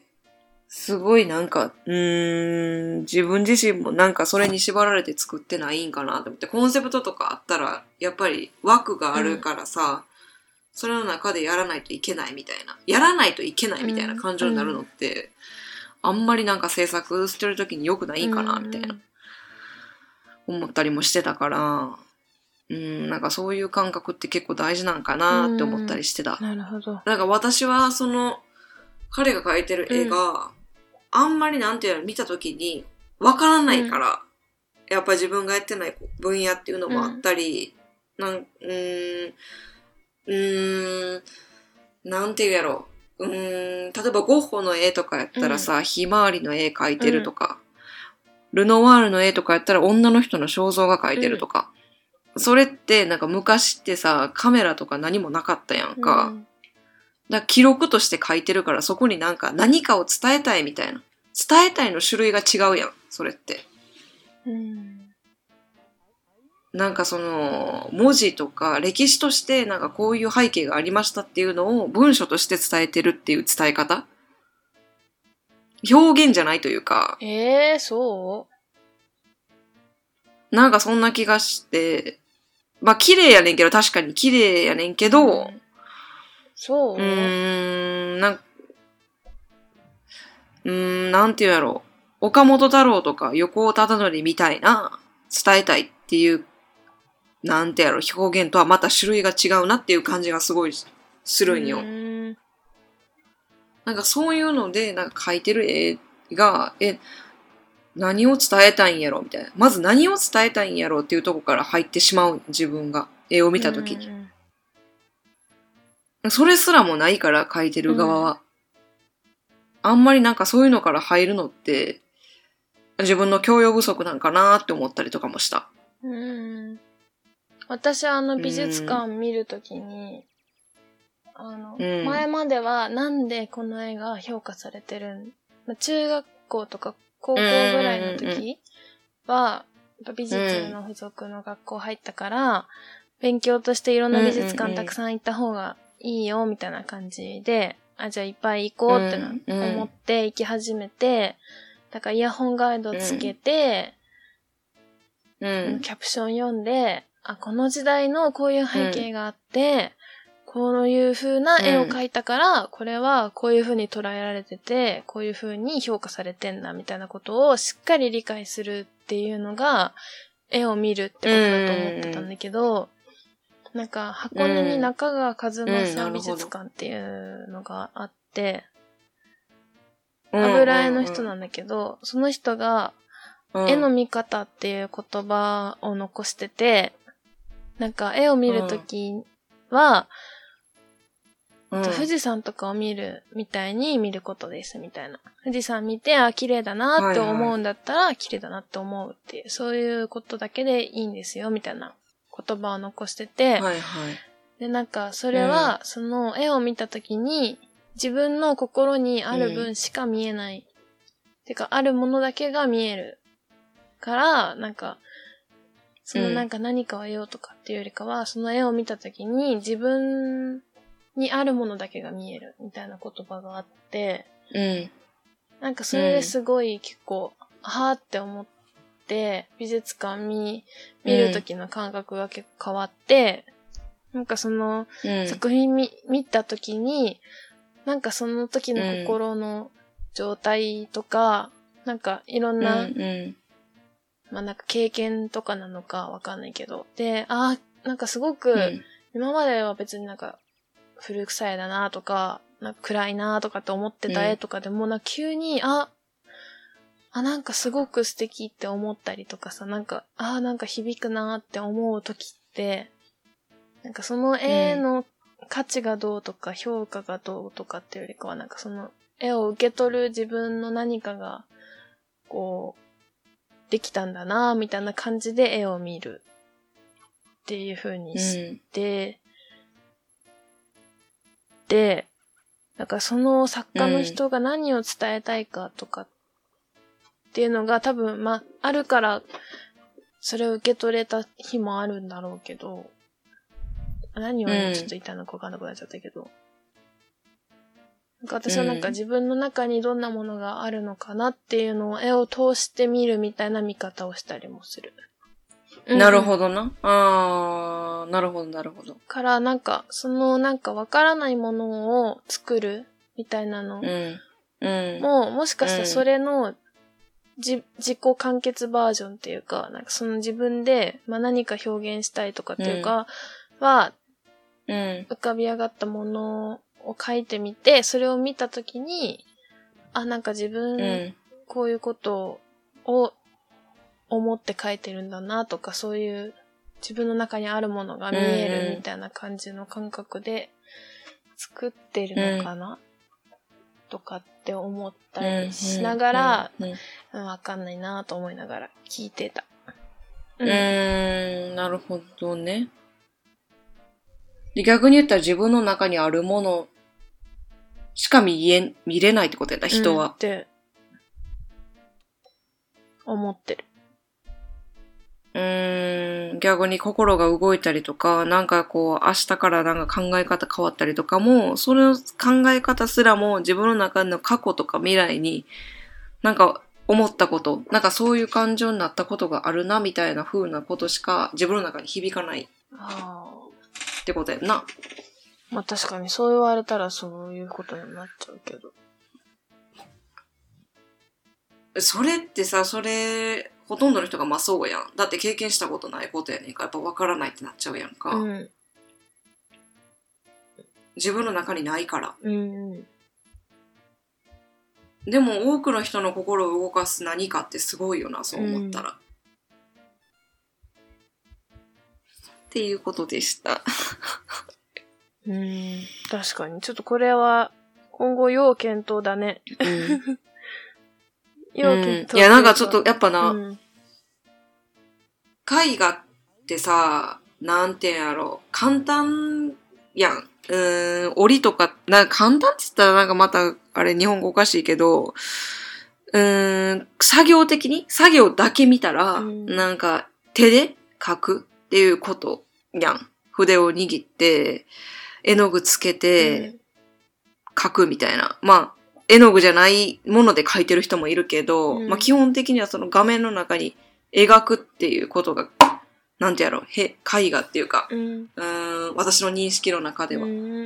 すごいなんか、うーん、自分自身もなんかそれに縛られて作ってないんかなと思って、コンセプトとかあったら、やっぱり枠があるからさ、うん、それの中でやらないといけないみたいな、やらないといけないみたいな感情になるのって、うん、あんまりなんか制作してる時に良くないんかな、みたいな、思ったりもしてたから、うん、なんかそういう感覚って結構大事なんかなって思ったりしてた。 なるほど。 なんか私はその、彼が描いてる絵が、うん、あんまりなんていうの見たときにわからないから、うん、やっぱり自分がやってない分野っていうのもあったり、うん、なんうーん、うーん、なんていうやろう、うーん、例えばゴッホの絵とかやったらさ、うん、ひまわりの絵描いてるとか、うん、ルノワールの絵とかやったら女の人の肖像が描いてるとか、うん、それってなんか昔ってさ、カメラとか何もなかったやんか。うんだから記録として書いてるからそこになんか何かを伝えたいみたいな。伝えたいの種類が違うやん、それって。うん、なんかその文字とか歴史としてなんかこういう背景がありましたっていうのを文書として伝えてるっていう伝え方表現じゃないというか。 えー、そうなんかそんな気がして、まあ綺麗やねんけど確かに綺麗やねんけど、うんそううーん、なん、うーん、なんていうんやろう。岡本太郎とか横尾忠則みたいな伝えたいっていう、なんてやろう、表現とはまた種類が違うなっていう感じがすごいするんよ。んなんかそういうので、なんか描いてる絵が、え、何を伝えたいんやろみたいな。まず何を伝えたいんやろっていうところから入ってしまう自分が、絵を見たときに。それすらもないから描いてる側は、うん、あんまりなんかそういうのから入るのって自分の教養不足なんかなって思ったりとかもした。 うん、私はあの美術館見るときに、うん、あの、うん、前まではなんでこの絵が評価されてるん、中学校とか高校ぐらいの時は、やっぱ美術の付属の学校入ったから、勉強としていろんな美術館たくさん行った方がいいよみたいな感じで、あ、じゃあいっぱい行こうってな、うん、思って行き始めて、だからイヤホンガイドつけて、うん、キャプション読んで、あ、この時代のこういう背景があって、うん、こういう風な絵を描いたから、うん、これはこういう風に捉えられてて、こういう風に評価されてんだみたいなことをしっかり理解するっていうのが、絵を見るってことだと思ってたんだけど、うん、なんか箱根に中川一正美術館っていうのがあって、うん、油絵の人なんだけど、その人が絵の見方っていう言葉を残してて、なんか絵を見るときは、うん、富士山とかを見るみたいに見ることですみたいな。富士山見て、あ、綺麗だなって思うんだったら、はいはい、綺麗だなって思うっていう、そういうことだけでいいんですよみたいな言葉を残してて、 はいはい、 で、なんかそれは、うん、その絵を見たときに自分の心にある分しか見えない。うん、てか、あるものだけが見えるから、なんか、そのなんか何かを得ようとかっていうよりかは、その絵を見たときに自分にあるものだけが見えるみたいな言葉があって、 うん、 なんかそれですごい結構、はーって思って、美術館見、見るときの感覚が結構変わって、うん、なんかその作品見、見たときに、なんかその時の心の状態とか、うん、なんかいろんな、 うんうんまあなんか経験とかなのかわかんないけど。で、ああ、なんかすごく、うん、今までは別になんか古臭いだなとか、なんか暗いなとかって思ってた絵とかでも、うん、なんか急に、あ、あ、なんかすごく素敵って思ったりとかさ、なんか、ああ、なんか響くなって思う時って、なんかその絵の価値がどうとか評価がどうとかっていうよりかは、なんかその絵を受け取る自分の何かが、こう、できたんだなみたいな感じで絵を見るっていう風にして、うん、で、だからその作家の人が何を伝えたいかとかっていうのが多分、まあ、あるから、それを受け取れた日もあるんだろうけど、何をちょっと言いたいのか分かんなくなっちゃったけど、なんか私はなんか自分の中にどんなものがあるのかなっていうのを絵を通して見るみたいな見方をしたりもする。 うんうん、なるほどな。あー、なるほどなるほど。 からなんか、そのなんかわからないものを作るみたいなのも、 うんうん、 もうもしかしたらそれのじ自己完結バージョンっていうか、なんかその自分で、まあ、何か表現したいとかっていうかは、 うん、 浮かび上がったものを書いてみて、それを見たときに、あ、なんか自分、うん、こういうことを思って書いてるんだなとか、そういう自分の中にあるものが見えるみたいな感じの感覚で作ってるのかな、うん、とかって思ったりしながら、うんうんうん、わかんないなと思いながら聞いてた。 うん、うーん、なるほどね。で、逆に言ったら自分の中にあるものしか見え、見れないってことやった、人は。 うん、って思ってる。 うーん、逆に心が動いたりとか、なんかこう、明日からなんか考え方変わったりとかも、その考え方すらも自分の中の過去とか未来になんか思ったこと、なんかそういう感情になったことがあるな、みたいな風なことしか自分の中に響かない。 ああ。 ってことやんな。 まあ確かにそう言われたらそういうことになっちゃうけど。 それってさ、それ、ほとんどの人がまあそうやん。だって経験したことないことやねんから、やっぱ分からないってなっちゃうやんか。 うん、 自分の中にないから。 うんうん、 でも多くの人の心を動かす何かってすごいよな、そう思ったら。うんっていうことでした。 うーん、確かに。ちょっとこれは、今後要検討だね。うん、要検討、 うん。いや、なんかちょっと、やっぱな、 うん、 絵画ってさ、なんてやろう、簡単やん。うーん、折りとか、なんか簡単って言ったらなんかまた、あれ日本語おかしいけど、うーん、作業的に作業だけ見たら、うん、なんか手で描くっていうことやん。筆を握って、 絵の具つけて描くみたいな。うん、まあ、絵の具じゃないもので描いてる人もいるけど、うん、まあ基本的にはその画面の中に描くっていうことが、なんてやろう、へ絵画っていうか、うん、うーん私の認識の中では。うんうん、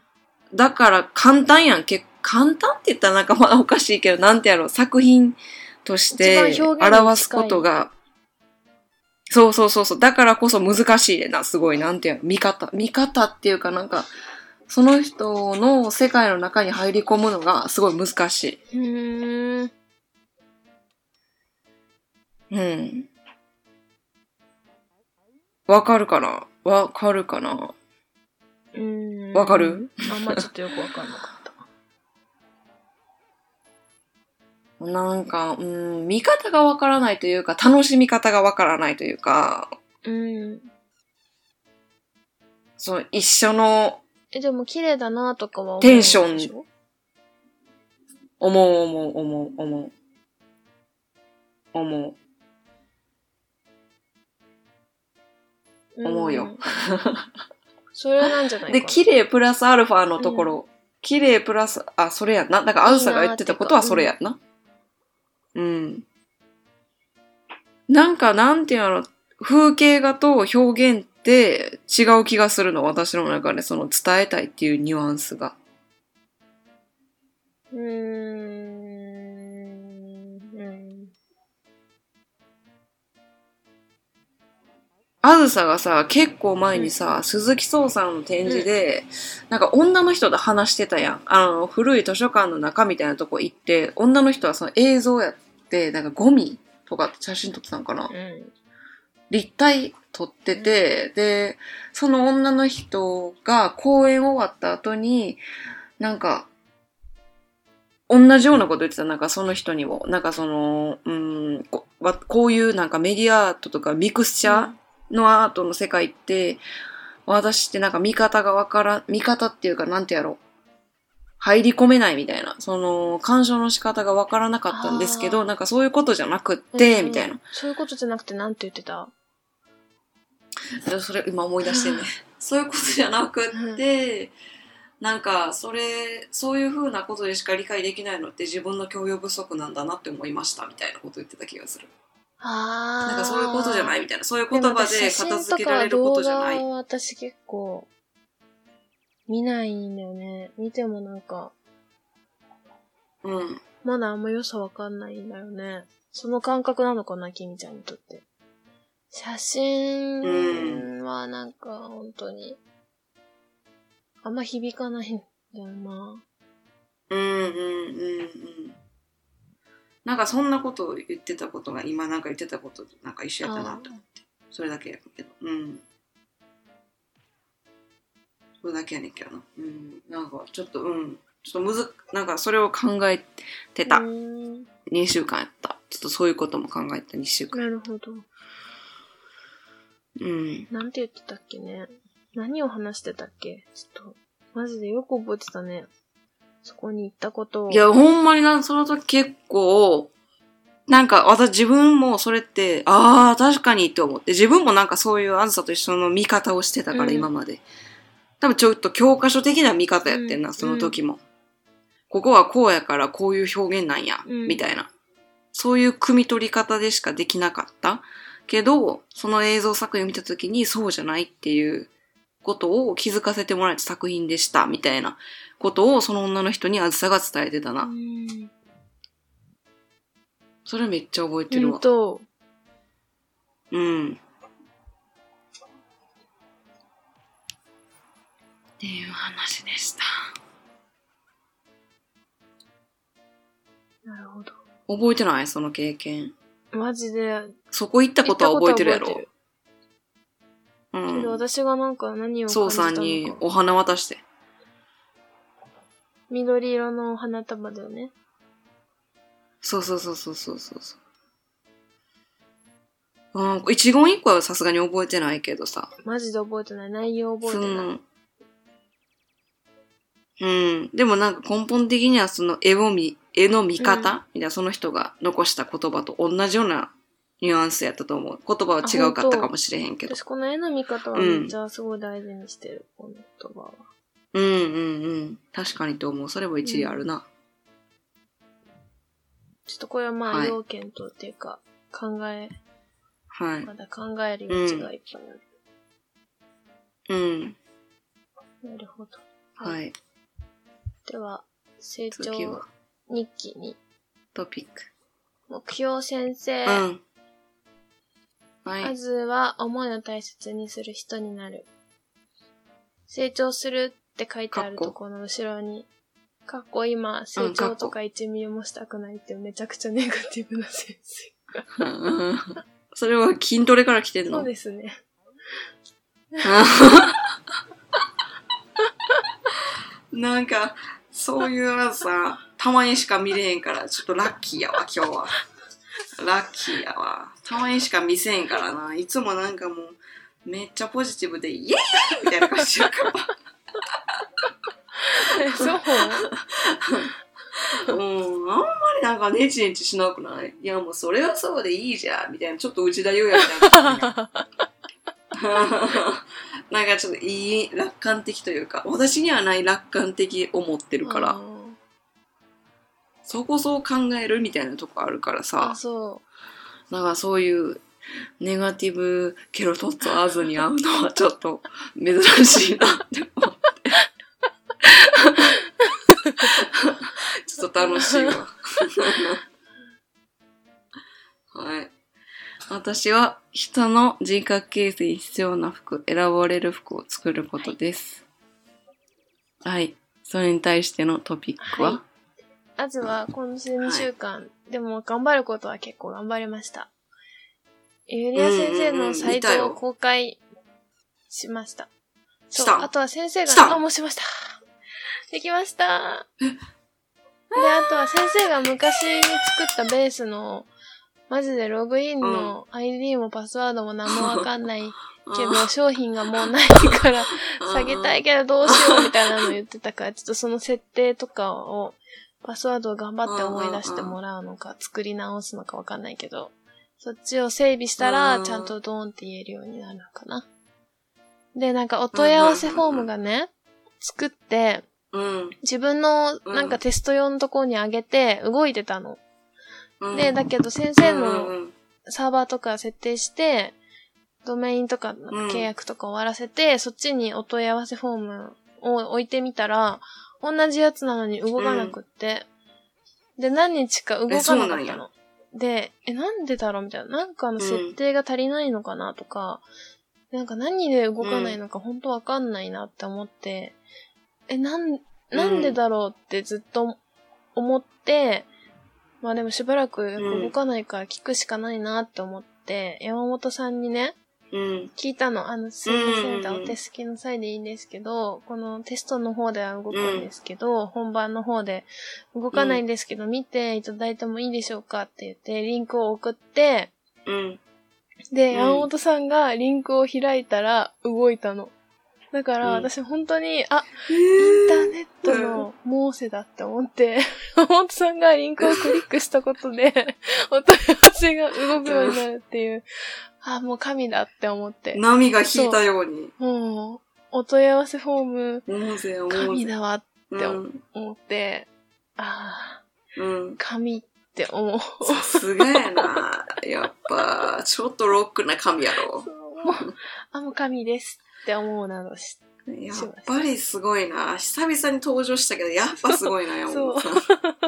だから簡単やん。結簡単って言ったらなんかまだおかしいけど、なんてやろう、作品として表すことが、そうそうそうそう。だからこそ難しいでな、すごい、なんていうの、見方。見方っていうかなんか、その人の世界の中に入り込むのがすごい難しい。うーん。うん。わかるかなわかるかなうーん。わかるあんまちょっとよくわかんなかった。 なんか、うん、見方がわからないというか、楽しみ方がわからないというか、うん。そう、一緒の、 え、でも綺麗だなとかは思う。 テンション。思う思う思う思う。思う。思うよ。うん、 それなんじゃないかな。 で、綺麗プラスアルファのところ、うん、綺麗プラス、あ、それやんな。だから、あずさが言ってたことはそれやんな。うん。なんか、なんていうの、風景画と表現って違う気がするの、私の中で、その伝えたいっていうニュアンスが。うーん。あずさがさ、結構前にさ、うん、鈴木壮さんの展示で、うん、なんか女の人と話してたやん。あの、古い図書館の中みたいなとこ行って、女の人はその映像やって、なんかゴミとか写真撮ってたんかな、うん、立体撮ってて、うん、で、その女の人が公演終わった後に、なんか、同じようなこと言ってた、なんかその人にも、なんかその、うん、こ, こういうなんかメディアアートとかミクスチャーのアートの世界って、私ってなんか見方がわからん、見方っていうかなんてやろう。入り込めないみたいな。その、鑑賞の仕方がわからなかったんですけど、なんかそういうことじゃなくって、うん、みたいな。 そういうことじゃなくてなんて言ってた？ それ今思い出してね。そういうことじゃなくって、うん、なんか、それ、そういう風なことでしか理解できないのって自分の教養不足なんだなって思いました、みたいなこと言ってた気がする。あなんかそういうことじゃないみたいな。そういう言葉で片付けられることじゃない。 でも私結構、見ないんだよね。見てもなんか、うん。まだあんま良さわかんないんだよね。その感覚なのかな、きみちゃんにとって。写真はなんか、本当に、あんま響かないんだよな。 うんうんうんうん。なんかそんなことを言ってたことが今なんか言ってたこととなんか一緒やったなと思って。それだけやけど。うん。それだけやねんけどな。うん。なんかちょっと、うん。ちょっとむず、なんかそれを考えてた。にしゅうかんやった。ちょっとそういうことも考えたにしゅうかん。 なるほど。うん。なんて言ってたっけね。何を話してたっけちょっと、マジでよく覚えてたね。そこに行ったことを。 いや、ほんまにな、その時結構、なんか私自分もそれって、ああ、確かにって思って、自分もなんかそういうあずさと一緒の見方をしてたから、うん、今まで。多分ちょっと教科書的な見方やってんな、うん、その時も。ここはこうやからこういう表現なんや、うん、みたいな。そういう汲み取り方でしかできなかった。けど、その映像作品を見た時にそうじゃないっていうことを気づかせてもらえた作品でした、みたいなことをその女の人にあずさが伝えてたな。うん、それめっちゃ覚えてるわ。 うんと。 うん。っていう話でした。 なるほど。 覚えてないその経験。 マジで。 そこ行ったことは覚えてるやろ。 うん。けど私がなんか何を感じたのか。 そうさんにお花渡して。 緑色の花束だよね。 そうそうそうそうそうそう。うん、一言一個はさすがに覚えてないけどさ。 マジで覚えてない。内容覚えてない。 うん。でもなんか根本的にはその絵を見、絵の見方、うん、みたいなその人が残した言葉と同じようなニュアンスやったと思う。言葉は違うかったかもしれへんけど。 私この絵の見方はめっちゃすごい大事にしてる、うん、この言葉は。 うんうんうん。確かにと思う。それも一理あるな。うん、 ちょっとこれはまあ、はい、要件とっていうか、考え、はい、まだ考える余地がいっぱいある。うん。なるほど。はい。はい、では、成長日記に。 トピック。 目標先生。うん。はい。まずは、思いを大切にする人になる。成長するって書いてあるところの後ろに、かっこ今、成長とか一ミリもしたくないってめちゃくちゃネガティブな先生が。それは筋トレから来てんの？ そうですね。 なんか、そういうのさ、たまにしか見れへんから、ちょっとラッキーやわ、今日は。ラッキーやわ。たまにしか見せんからな。いつもなんかもう、めっちゃポジティブで、イエーイみたいな感じやから。そううん、あんまりなんかネチネチしなくない？いやもうそれはそうでいいじゃんみたいな、ちょっと内田裕也みたいな。なんかちょっといい楽観的というか、私にはない楽観的を持ってるから、そこそう考えるみたいなとこあるからさ。 あ、そう。 だからそういうネガティブケロトッツォアーズに会うのはちょっと珍しいなって思って。ちょっと楽しいわ。はい。私は人の人格形成に必要な服、選ばれる服を作ることです。はい。はい、それに対してのトピックは、はい、 まずは今週にしゅうかん、はい、でも頑張ることは結構頑張りました。ゆりあ先生のサイトを公開しました。そう。あとは先生が、あ、もうしました。できました。で、あとは先生が昔に作ったベースの、マジでログインの アイディー もパスワードも何もわかんないけど、商品がもうないから下げたいけどどうしようみたいなの言ってたから、ちょっとその設定とかを、パスワードを頑張って思い出してもらうのか、作り直すのかわかんないけど、そっちを整備したら、ちゃんとドーンって言えるようになるのかな。で、なんかお問い合わせフォームがね、作って、自分のなんかテスト用のところに上げて動いてたの。で、だけど先生のサーバーとか設定して、ドメインとか契約とか終わらせて、そっちにお問い合わせフォームを置いてみたら、同じやつなのに動かなくって。で、何日か動かなかったの。で、え、なんでだろうみたいな。なんかの設定が足りないのかなとか、なんか何で動かないのか本当わかんないなって思って、え、なん、なんでだろうってずっと思って、まあでもしばらく動かないから聞くしかないなって思って、うん、山本さんにね、うん、聞いたの。あの、すいません、お手すきの際でいいんですけど、このテストの方では動くんですけど、うん、本番の方で動かないんですけど、うん、見ていただいてもいいでしょうかって言って、リンクを送って、うん、で、山本さんがリンクを開いたら動いたの。だから、私本当に、あ、インターネットのモーセだって思って、山本さんがリンクをクリックしたことで、お問い合わせが動くようになるっていう、あ、もう神だって思って。 波が引いたように。 もう、お問い合わせフォーム、モーセ神だわって思って、うん、ああ、うん、神って思う。 さすがやな。やっぱ、ちょっとロックな神やろ。 もう、あ、もう神です。って思うなどし、 やっぱりすごいな。久々に登場したけど、やっぱすごいな、山本さん。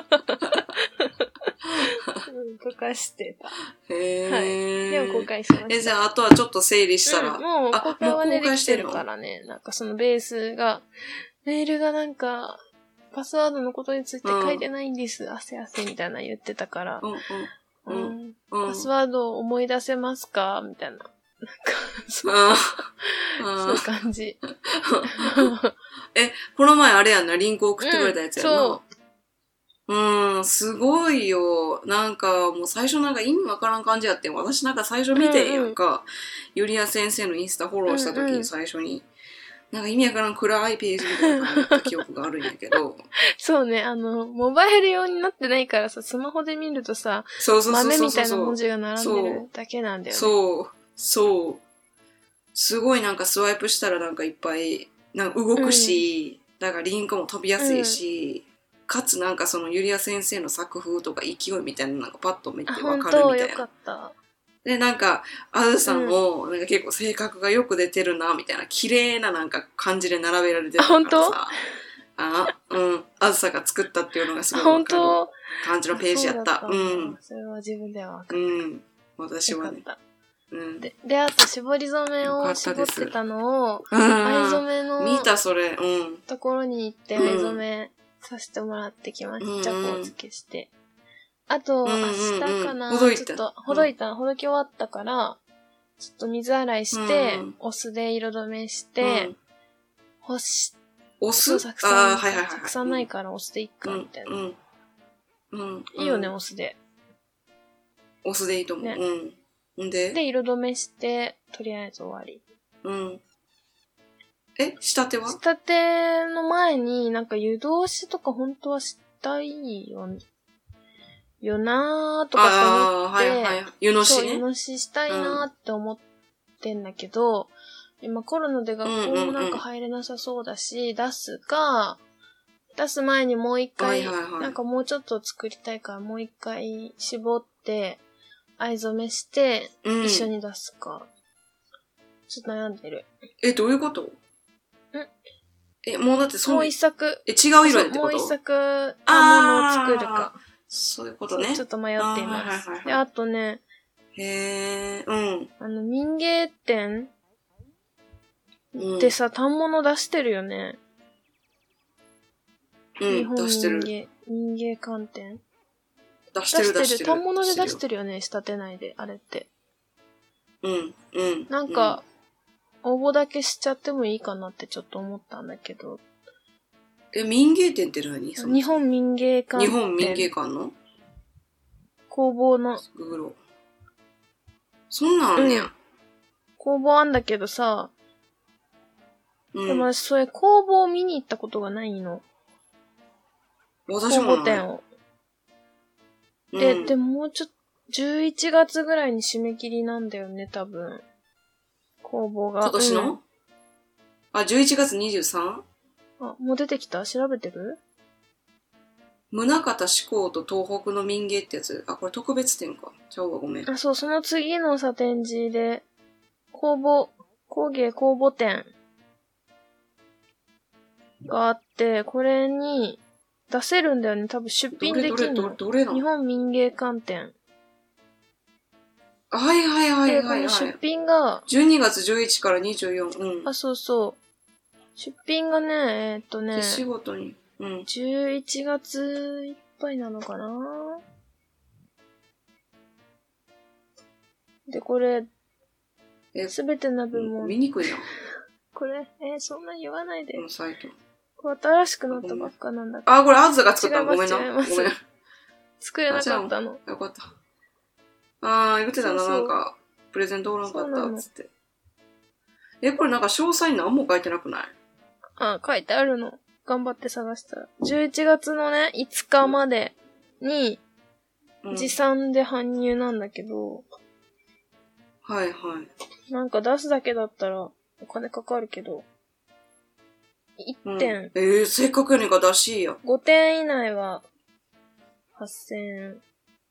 動かしてた。 へー。 はい。でも公開しました。 え、じゃあ、あとはちょっと整理したら。 うん、もう公開はね、できてるからね。なんかそのベースが、メールがなんか、パスワードのことについて書いてないんです。うん、汗汗みたいな言ってたから。うんうんうんうん、パスワードを思い出せますかみたいな。なんか、そう、そういう感じ。 え、この前あれやんな、リンク送ってくれたやつやんな。うん、そう。うん、すごいよ。なんか、もう最初なんか意味わからん感じやってん。私なんか最初見てんやんか。うんうん、ゆりや先生のインスタフォローした時に最初に。うんうん、なんか意味わからん暗いページみたいな感じだった記憶があるんやけど。 そうね、あの、モバイル用になってないからさ、スマホで見るとさ、そうそうそうそう豆みたいな文字が並んでるだけなんだよね。 そう。そう。すごいなんかスワイプしたらなんかいっぱいなんか動くし、 だからリンクも飛びやすいし、うん、かつなんかそのゆりや先生の作風とか勢いみたいなのがパッと見てわかるみたいな。 よかった。 でなんかあずさんもなんか結構性格がよく出てるなみたいな綺麗ななんか感じで並べられてたからさ、あうんあずさが作ったっていうのがすごいわかる感じのページやった。うん。 それは自分ではわかった。 うん。私はね。 うん、で, であと絞り染めを絞ってたのを藍染めの見たそれ、うん、 ところに行って藍染めさせてもらってきました。チャコをつけして。あと、明日かな、ちょっと、ほどいた、ほどき終わったから、ちょっと水洗いして、うん、お酢で色止めして、うん、干し、 お酢たくさん、はいはいはい、たくさんないからお酢でいっか、みたいな。うんうん、 いいよね、お酢で。 お酢でいいと思う。ね、うん。でで、色止めして、とりあえず終わり。 うん。え、仕立ては？ 仕立ての前に、なんか湯通しとか本当はしたいよね。よなーとかって思って、 はいはい、湯のしね。 そう、湯のししたいなーって思ってんだけど、うん、今コロナで学校もなんか入れなさそうだし、うんうんうん、出すか、出す前にもう一回、はいはいはい、なんかもうちょっと作りたいからもう一回絞って、藍染めして、一緒に出すか、うん。ちょっと悩んでる。 え、どういうこと？んえ、もうだってそう。 もう一作。 え、違う色やってこと？ もう一作、刃物を作るか。 そういうことね。 ちょっと迷っています。あ、はいはいはい、で、あとね、 へー、うん。 あの、民芸店でさ、反物出してるよね。 うん、 日本出してる。 民芸、民芸館店出してる出してる。 反物で出してるよね、仕立てないで、あれって。 うん、うん。 なんか、うん、応募だけしちゃってもいいかなってちょっと思ったんだけど。 え、民芸店って何？ 日本民芸館日本民芸館の工房の。 ググロ。そんなんあんねや、うん。 工房あんだけどさ、うん、でもそれ工房見に行ったことがないの。 私もない。 工房店を。で、うん、でももうちょっと、じゅういちがつぐらいに締め切りなんだよね、多分。工房が。 今年の、うん、あ、じゅういちがつにじゅうさん？ あ、もう出てきた？調べてる？ 宗像志功と東北の民芸ってやつ。あ、これ特別展か。ちゃうわ、ごめん。 あ、そう、その次のさ、展示で、工房、工芸工房展があって、これに出せるんだよね。多分出品できるの。 どれどれどれなの？ 日本民芸館展。 はいはいはいはい、はい。 で、この出品が、 じゅうにがつじゅういちからにじゅうよん。うん。 あ、そうそう。出品がね、えー、っとね、 手仕事に。うん。 じゅういちがついっぱいなのかな？で、これ、すべての部門。 見にくいな。 これ、えー、そんな言わないで。 このサイト。 これ新しくなったばっかなんだけど。あ、これあずが作ったの？ごめんな。 ごめん。作れなかったの。 よかった。あー、言ってたな、そうそうなんか、プレゼントおらんかった、つって。え、これなんか詳細何も書いてなくない？ あ、書いてあるの。頑張って探したら。じゅういちがつのね、いつかまでに、持参で搬入なんだけど、うん、 はいはい。 なんか出すだけだったらお金かかるけど、いってん。 うん、えー、せっかくやねんか出しいや。 ごてん以内は、はっせんえん。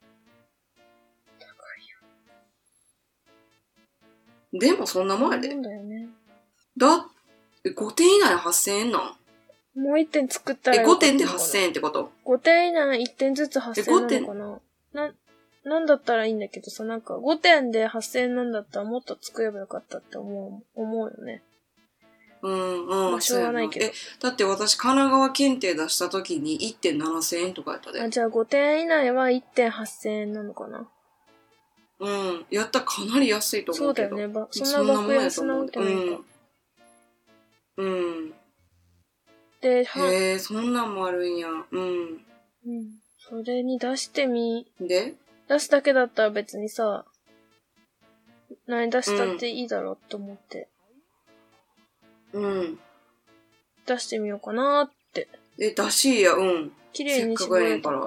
でもそんな前で。 そうだよね。 だ、ごてん以内はっせんえんなん？ もういってん作ったらえ、ごてんではっせんえんってこと？ ご 点以内いってんずつはっせんえんなのかな？な、なんだったらいいんだけどさ、なんかごてんではっせんえんなんだったらもっと作ればよかったって思う、思うよね。 うんうん。 まあしょうがないけど。 え、だって私神奈川検定出した時に いってんななせんえんとかやったで。 あ、じゃあごてん以内はいってんはっせんえんなのかな？ うん。やったらかなり安いと思うけど。 そうだよね。ばそんな爆安なわけないか。 うん。うん。 で、 へえ、そんなんもあるんや。うん。うん。 それに出してみ。 で？ 出すだけだったら別にさ、何出したっていいだろうって思って。 うん。 出してみようかなーって。 え、出しいや、うん。 綺麗に絞れたから。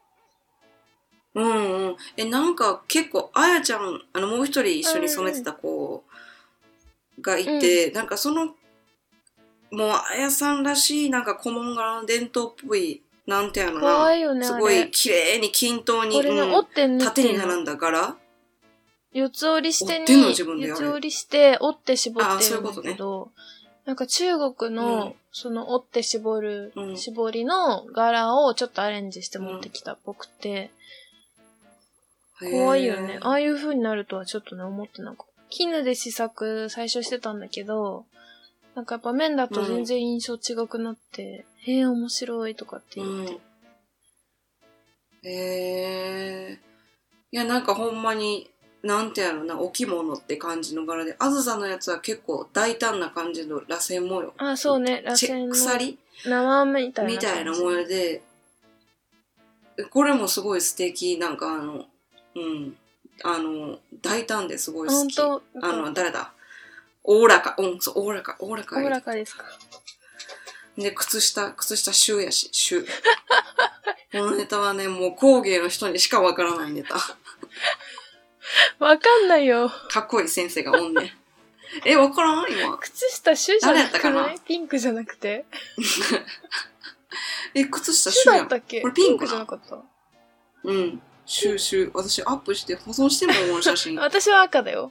うんうん。え、なんか結構、あやちゃん、あの、もう一人一緒に染めてた子がいて、うん、なんかそのもうあやさんらしいなんか古文柄の伝統っぽいなんてやろな、 かわいいよね、 すごい綺麗に均等に、 これね、 うん、 折って縫って縦に並んだ柄。 四つ折りしてに、 四つ折りして折って絞ってるんだけど、 あ、そういうことね、 なんか中国の、うん、その折って絞る、 うん、 絞りの柄をちょっとアレンジして持ってきたっぽくて、かわいいよね。ああいう風になるとはちょっとね、思ってなかった。絹で試作最初してたんだけど、なんかやっぱ綿だと全然印象違くなって、うん、へえ、面白いとかって言って。うん、 へえ。いや、なんかほんまに、なんてやろな、お着物って感じの柄で、あずさのやつは結構大胆な感じの螺旋模様。 あ、そうね、螺旋の。 鎖縄みたいな。 みたいな模様で、これもすごい素敵、なんかあの、うん。あの、大胆ですごい好き。あの、誰だおおらか。うん、そう、おおらか、おおらか。 おおらかですか。 で、靴下、靴下、シューやし、シュー。このネタはね、もう工芸の人にしかわからないネタ。 わかんないよ。 かっこいい先生がおんね。え、わからん今。 靴下、シューじゃなくて、ね、ピンクじゃなくて。 え、靴下、シューやん。 だったっけ？ これピンクじゃなかった。 うん。シューシュー。私アップして保存してもこの写真。 私は赤だよ。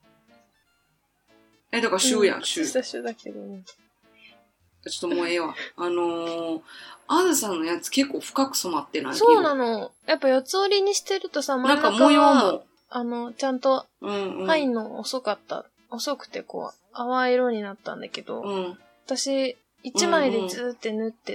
え、だからシューやん、 うん、 シュー。 靴下シューだけどね。 ちょっともうええわ。あのー、あずさんのやつ結構深く染まってない？ そうなの。やっぱ四つ折りにしてるとさ、真ん中はなんか模様も。あの、ちゃんと、入んの遅かった。遅くてこう、淡い色になったんだけど、 うん、 私、一枚でずーって縫ってって、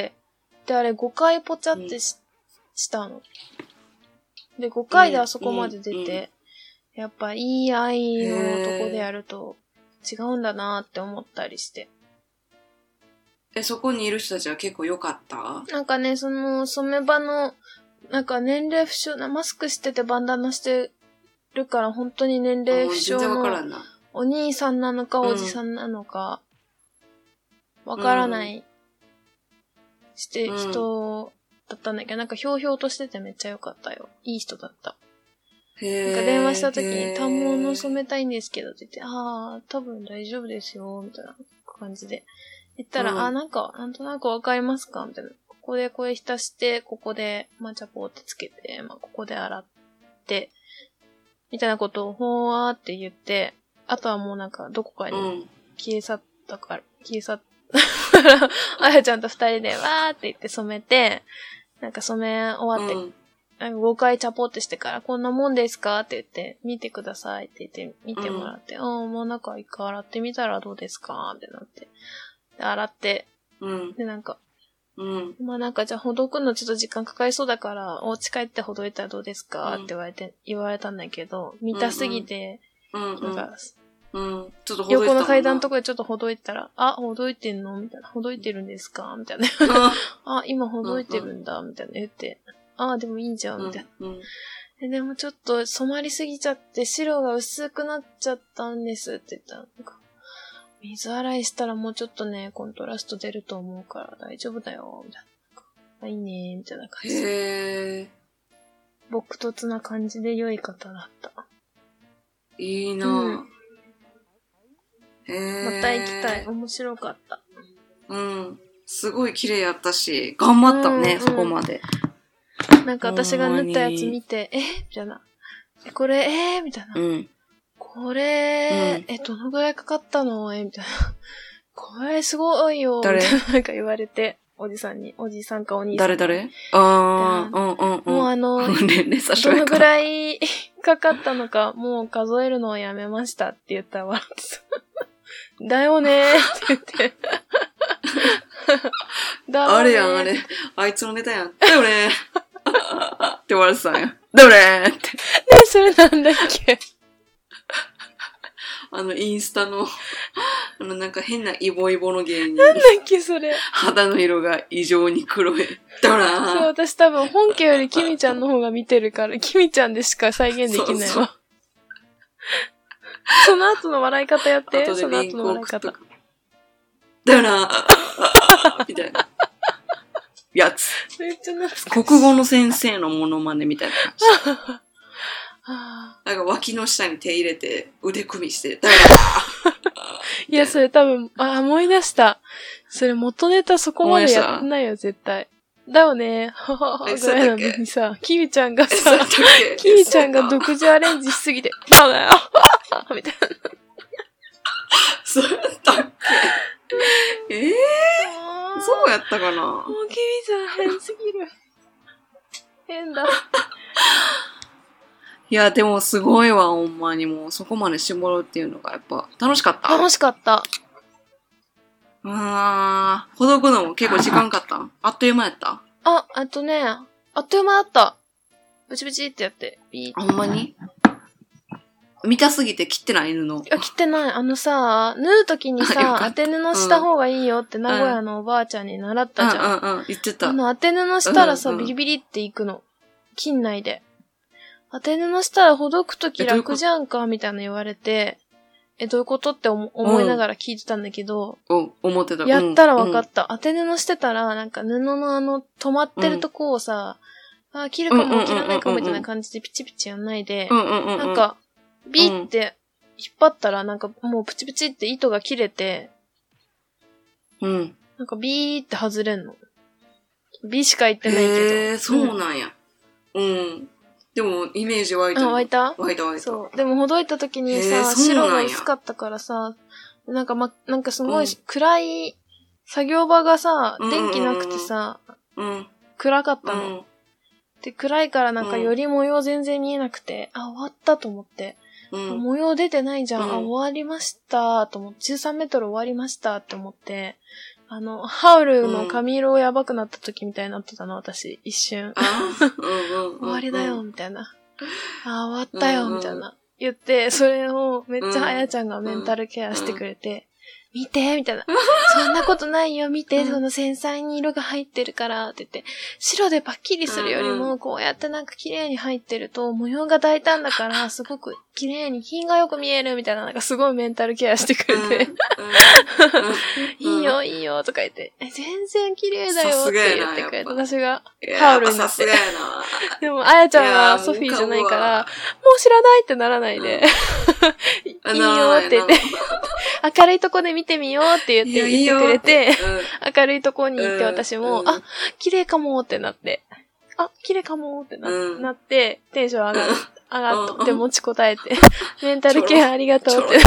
で、あれごかいポチャってし、うん、したの。で、ごかいであそこまで出て、うんうん、やっぱいい愛のとこでやると違うんだなって思ったりして。 え、そこにいる人たちは結構良かった？ なんかね、その、染め場の、なんか年齢不詳な、マスクしててバンダナしてるから本当に年齢不詳のお兄さんなのかおじさんなのかわからないして、うん、人だったんだけど、なんかひょうひょうとしててめっちゃ良かったよ。いい人だった。 へなんか電話した時に反物染めたいんですけどって言って、ああ、多分大丈夫ですよ、みたいな感じで。言ったら、うん、あ、なんか、なんとなくわかりますかみたいな。ここでこれ浸して、ここで、まあ、チャポーってつけて、まあ、ここで洗って、みたいなことをほわーって言って、あとはもうなんか、どこかに消え去ったから、うん、消え去ったら、あやちゃんと二人でわーって言って染めて、なんか染め終わって、うん、ごかいチャポってしてから、こんなもんですかって言って、見てくださいって言って、見てもらって、うん、ああ、もうなんか一回洗ってみたらどうですかってなって。で、洗って、 うん、 で、なんか、 うん、 まあなんかじゃあほどくのちょっと時間かかりそうだから、お家帰ってほどいたらどうですか、うん、って言われて、言われたんだけど、見たすぎて、 うんうん、 なんか、 うん、ちょっとほどいてたもんな。 横の階段のとこでちょっとほどいたら、あ、ほどいてんのみたいな。ほどいてるんですかみたいな。あ、今ほどいてるんだみたいな言って、あ、でもいいじゃんみたいな。 うんうん、 で, でもちょっと染まりすぎちゃって白が薄くなっちゃったんですって言ったら、なんか水洗いしたらもうちょっとね、コントラスト出ると思うから大丈夫だよ、みたいな。いいね、みたいな感じで。 へー。 朴突な感じで良い方だった。 いいなぁ、うん。へー。 また行きたい。面白かった。 うん。すごい綺麗やったし、頑張ったね、うんうん、そこまで。 なんか私が縫ったやつ見て、えみたいな。え、これ、えー、みたいな。 うん。 これ、うん、え、どのぐらいかかったのえみたいな。これすごいよ。 誰？ みたいななんか言われて、おじさんに、おじさんかお兄さん。 誰誰？あー、うんうんうん。 もうあの、どのぐらいかかったのか、もう数えるのをやめましたって言ったら笑ってた。だよねーって言って。 あれやん、あれ。あいつのネタやん。だよねーって笑ってたんや。だよねーって。ねそれなんだっけあの、インスタの、あの、なんか変なイボイボの芸人。 なんだっけ、それ。 肌の色が異常に黒い。だらー。 そう、私多分本家よりキミちゃんの方が見てるから、キミちゃんでしか再現できないわ。そうそう。その後の笑い方やって、その後の笑い方。 だよなーみたいな。やつ。 めっちゃ懐かしい。 国語の先生のモノマネみたいな感じ。 なんか脇の下に手入れて腕組みしてダラいや、それ多分、あ、思い出した。それ元ネタそこまでやってないよ、絶対。だよね。ははは。ぐらいなのにさ、キミちゃんがさ、キミちゃんが独自アレンジしすぎて、ダメだよみたいな。 そうやったっけええー、そうやったかな。 もうキミちゃん変すぎる。変だ。 いや、でもすごいわ、ほんまにもう、そこまで絞るっていうのがやっぱ楽しかった。 楽しかった。 あー、ほどくのも結構時間かったん？あっという間やった？ あ、あとね、あっという間だった。ブチブチってやって、ビーって。 ほんまに？見たすぎて切ってない布。 いや、切ってない。あのさ、縫うときにさ、当て布した方がいいよって名古屋のおばあちゃんに習ったじゃん。 うんうんうん、言ってた。 あの、当て布したらさ、 うんうん、 ビリビリっていくの。筋内で。当て布したらほどくとき楽じゃんかみたいな言われて、え、どういうことって思いながら聞いてたんだけど、 うん、思ってた。 やったら分かった。うん、当て布してたら、なんか布のあの、止まってるとこをさ、うん、あ、切るかも切らないかもみたいな感じでピチピチやんないで、なんか、ビーって引っ張ったら、なんかもうプチプチって糸が切れて、 うん。 なんかビーって外れんの。ビーしか言ってないけど。 へー、そうなんや。うん。うんでも、イメージ湧いた。 あ、湧いた湧いた湧いた。 そう。でも、ほどいた時にさ、白が薄かったからさ、なんかま、なんかすごい暗い、うん、作業場がさ、電気なくてさ、うん、暗かったの、うん。で、暗いからなんかより模様全然見えなくて、うん、あ、終わったと思って。うん、模様出てないじゃん。うん、あ、終わりましたと思って、じゅうさんメートル終わりましたって思って、あの、ハウルの髪色やばくなった時みたいになってたの、私、一瞬。終わりだよ、みたいな。あ、終わったよ、みたいな。言って、それをめっちゃあやちゃんがメンタルケアしてくれて、見て、みたいな。そんなことないよ、見て、その繊細に色が入ってるから、って言って、白でパッキリするよりも、こうやってなんか綺麗に入ってると、模様が大胆だから、すごく綺麗に品がよく見える、みたいな、なんかすごいメンタルケアしてくれて、いいよ、いいよ、とか言って、全然綺麗だよ、って言ってくれて、私がハウルになって。でも、あやちゃんはソフィーじゃないから、もう知らないってならないで、いいよって言って、明るいとこで見てみようって言って言ってくれて、うん、明るいとこに行って私も、うん、あ、綺麗かもってなって、あ、綺麗かもってなうん、なって、テンション上がっ、上がって持ちこたえて、メンタルケアありがとうって。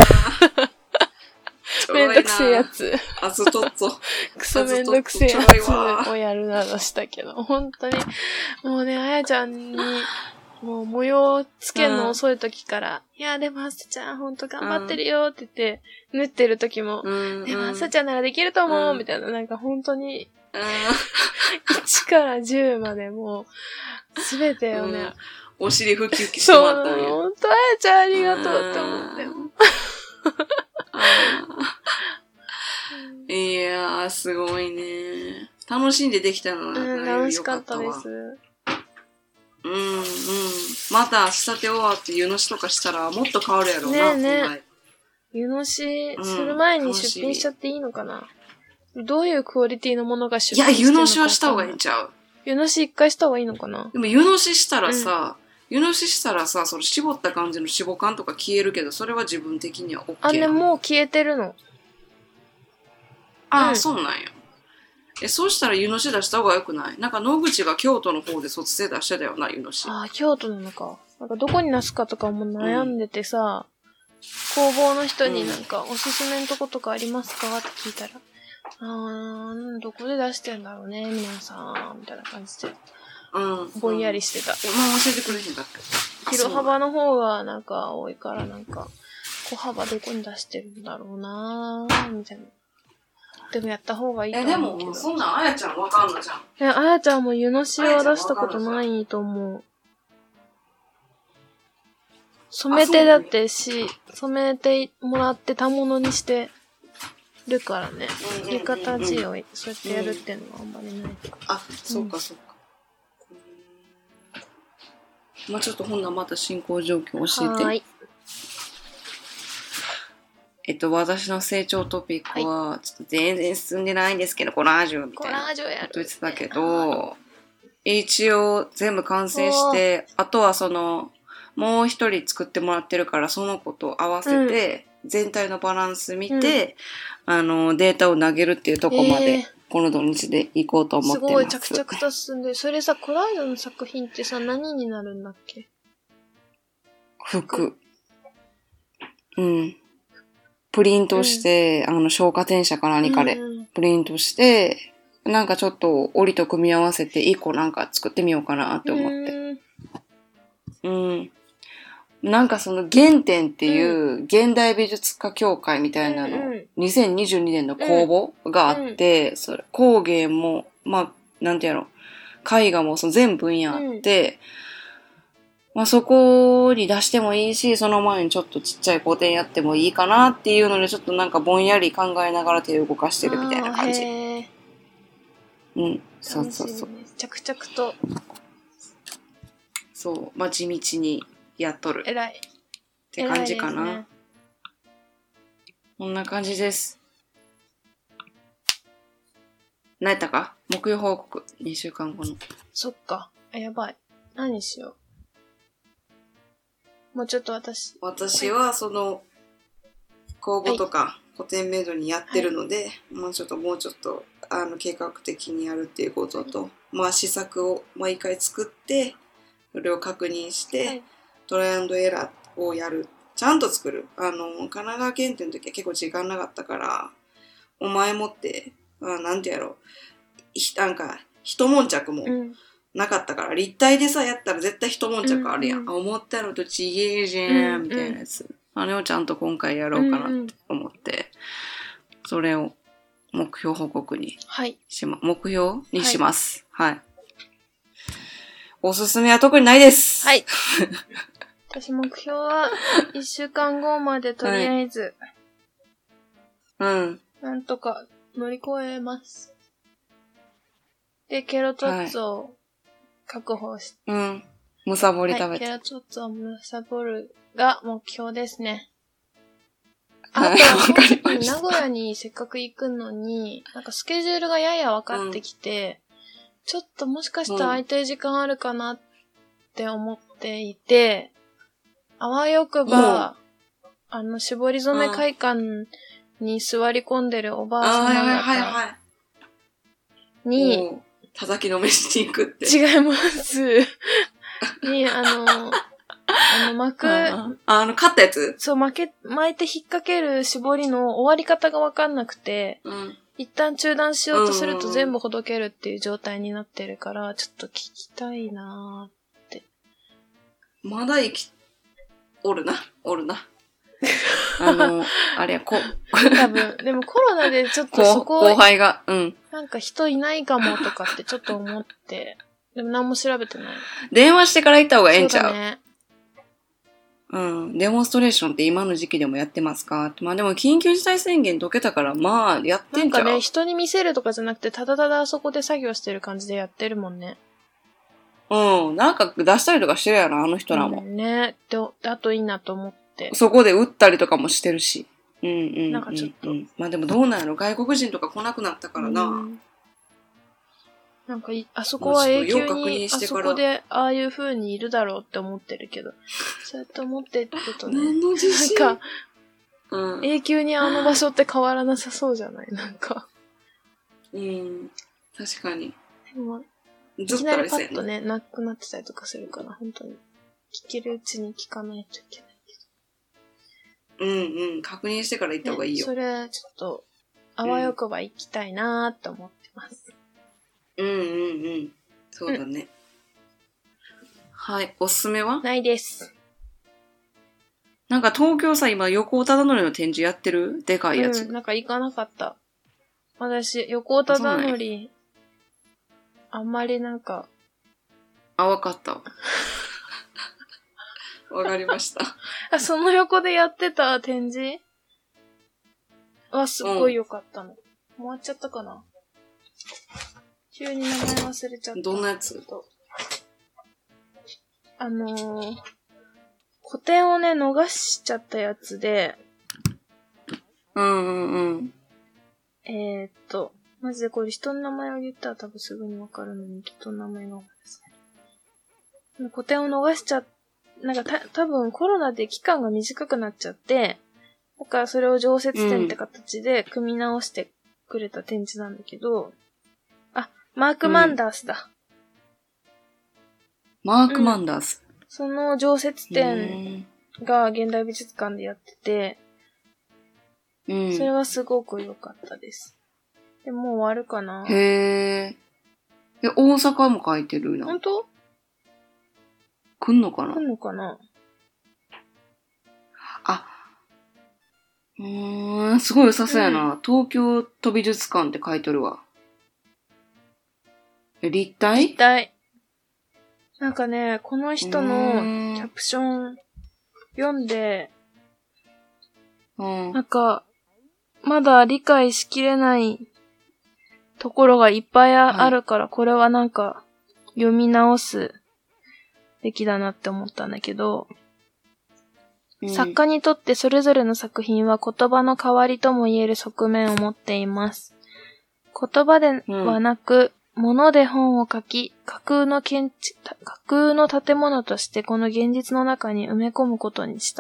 めんどくせえやつ。 あずとっぞ。 クソめんどくせえやつをやるなどしたけど、本当に、もうね、あやちゃんに、もう模様つけるの遅い時から、うん、いや、でもあさちゃんほんと頑張ってるよって言って、うん、縫ってる時も、うん、でもあさちゃんならできると思う、うん、みたいな、なんか本当に、うん、いちからじゅうまでもう、すべてをね、 うん、お尻ふきふきしてもらったんや。 そう、ほんとあやちゃんありがとうって思って。 いやー、すごいね。楽しんでできたのが、 うん、楽しかったです。 うんうん。また仕立て終わって湯のしとかしたらもっと変わるやろうな。 ねえねえ。湯のしする前に出品しちゃっていいのかな、うん、どういうクオリティのものが出品してるのか。いや、湯のしはした方がいいんちゃう。湯のし一回した方がいいのかな。 でも湯のししたらさ、うん、湯のししたらさ、その絞った感じの脂肪感とか消えるけど、それは自分的には OK。 あ、ね、もう消えてるの。 ああ、うん、そうなんや。え、そうしたら湯のし出した方がよくない？なんか野口が京都の方で卒生出してたよな、湯のし。 ああ、京都なのか。なんかどこに出すかとかも悩んでてさ、うん、工房の人になんか、おすすめのとことかありますかって聞いたら、あー、どこで出してんだろうね、皆さん、みたいな感じで。うん。ぼんやりしてた。 うん、まあ教えてくれへんかった。 広幅の方がなんか多いからなんか、小幅どこに出してるんだろうなー、みたいな。でもやった方がいいと思うけど。 え、でも、そんなんあやちゃんわかんのじゃん。 え、あやちゃんも湯のしは出したことないと思う。染めてだってし、染めてもらってたものにしてるからね。浴衣地をそうやってやるっていうのはあんまりない。 あ、そうかそうか。うん、まあちょっとほんならまた進行状況教えて。はい。えっと、私の成長トピックは、ちょっと全然進んでないんですけど、コラージュみたいな。 コラージュやる。 言ってたけど、一応全部完成して、あとはその、 もう一人作ってもらってるから、その子と合わせて、全体のバランス見て、うん、あの、データを投げるっていうとこまで、えー、この土日で行こうと思ってます。すごい、着々と進んで、それさ、コライドの作品ってさ、何になるんだっけ？ 服。うん。プリントして、うん、あの、消化転写か何かで、プリントして、うん、なんかちょっと折と組み合わせて、一個なんか作ってみようかなって思って。うん。うんなんかその原点っていう現代美術家協会みたいなの、うんうん、にせんにじゅうにねんの公募があって、うん、それ工芸も、まあ、なんてやろう、絵画もその全分野あって、うん、まあそこに出してもいいし、その前にちょっとちっちゃい個展やってもいいかなっていうので、ちょっとなんかぼんやり考えながら手を動かしてるみたいな感じ。うん、そうそうそう。 着々と。 そう、まあ地道に。やっとる。 偉い。 って感じかな。ね、こんな感じです。何やったか目標報告。にしゅうかんごの。 そっか。やばい。何しよう。もうちょっと私。 私はその、公募とか古典メイドにやってるので、はい、もうちょっともうちょっと、あの、計画的にやるっていうことと、はい、まあ試作を毎回作って、それを確認して、はいトライアンドエラーをやる。ちゃんと作る。あの、神奈川県っての時は結構時間なかったから、お前もって、あなんてやろう。なんか、一悶着もなかったから、うん、立体でさ、やったら絶対一悶着あるやん。うんうん、思ったのとちげえじゃん、みたいなやつ。うんうん、あれをちゃんと今回やろうかなって思って、うんうん、それを目標報告にしま、はい、目標にします。はい。はい、おすすめは特にないです。 はい。私目標はいっしゅうかんごまでとりあえず、 はい、うん。 なんとか乗り越えます。で、ケロトッツォを確保し、 うん。むさぼり食べて、 はい。ケロトッツォをむさぼるが目標ですね。あと、はい、その時に名古屋にせっかく行くのに、なんかスケジュールがやや分かってきて、うん、ちょっともしかしたら空いてる時間あるかなって思っていて、あわよくば、あの、絞り染め会館に座り込んでるおばあ様方に、 叩きのめしに行くって。 違います。に、あの、あの、巻く、 あ, あの、買ったやつそう、巻け、巻いて引っ掛ける絞りの終わり方がわかんなくて、うん、一旦中断しようとすると全部ほどけるっていう状態になってるから、ちょっと聞きたいなーって。 まだ生き、おるな、おるな。あの、あれや、こ、 多分、でもコロナでちょっとそこ、 後輩が、うん。 なんか人いないかもとかってちょっと思って、でも何も調べてない。 電話してから行った方がええんちゃう？ そうだね。 うん。デモンストレーションって今の時期でもやってますか？まあでも緊急事態宣言解けたから、まあやってんちゃう？ なんかね、人に見せるとかじゃなくて、ただただあそこで作業してる感じでやってるもんね。 うん。なんか出したりとかしてるやろ、あの人らも。 うん、ね。で、だといいなと思って。 そこで売ったりとかもしてるし。うんうん、うん。 なんかちょっと。 まあでもどうなんやろ、外国人とか来なくなったからな。うん、 なんかあそこは永久に、あそこでああいう風にいるだろうって思ってるけど、そうやって思ってるとね。 何の自信？ なんか、うん、永久にあの場所って変わらなさそうじゃない？なんか。 うん。確かに。 でもいきなりパッとね、なくなってたりとかするから、本当に。聞けるうちに聞かないといけないけど。うんうん。確認してから行った方がいいよ。 ね、それ、ちょっと、あわよくば行きたいなーって思ってます。 うんうんうん。そうだね。うん、はい。おすすめは？ ないです。 なんか東京さ、今、横尾忠則の展示やってる？でかいやつ。 うん、なんか行かなかった。私、横尾忠則、あんまりなんか。 あ、わかった。わかりました。 あ、その横でやってた展示はすっごい良かったの。うん、終わっちゃったかな？急に名前忘れちゃった。 どんなやつ？ あのー、個展をね、逃しちゃったやつで。 うんうんうん。 えーっと、マジでこれ人の名前を言ったら多分すぐにわかるのに、人の名前が思い出せない。個展を逃しちゃっなんかた、多分コロナで期間が短くなっちゃって、だからそれを常設展って形で組み直してくれた展示なんだけど、うん、あ、マーク・マンダースだ。 うん、マーク・マンダース。 うん、その常設展が現代美術館でやってて、うん、それはすごく良かったです。でもう終わるかな。 へー。え、大阪も書いてるな。 本当？ 来んのかな？ 来んのかな？ あ、うーん、すごい良さそうやな。うん、東京都美術館って書いてるわ。え、立体？ 立体。なんかね、この人のキャプション読んで、うん、なんか、まだ理解しきれないところがいっぱいあるから、はい、これはなんか読み直すべきだなって思ったんだけど、うん、作家にとってそれぞれの作品は言葉の代わりとも言える側面を持っています。言葉ではなく、うん、物で本を書き、架空の建築、架空の建物としてこの現実の中に埋め込むことにした。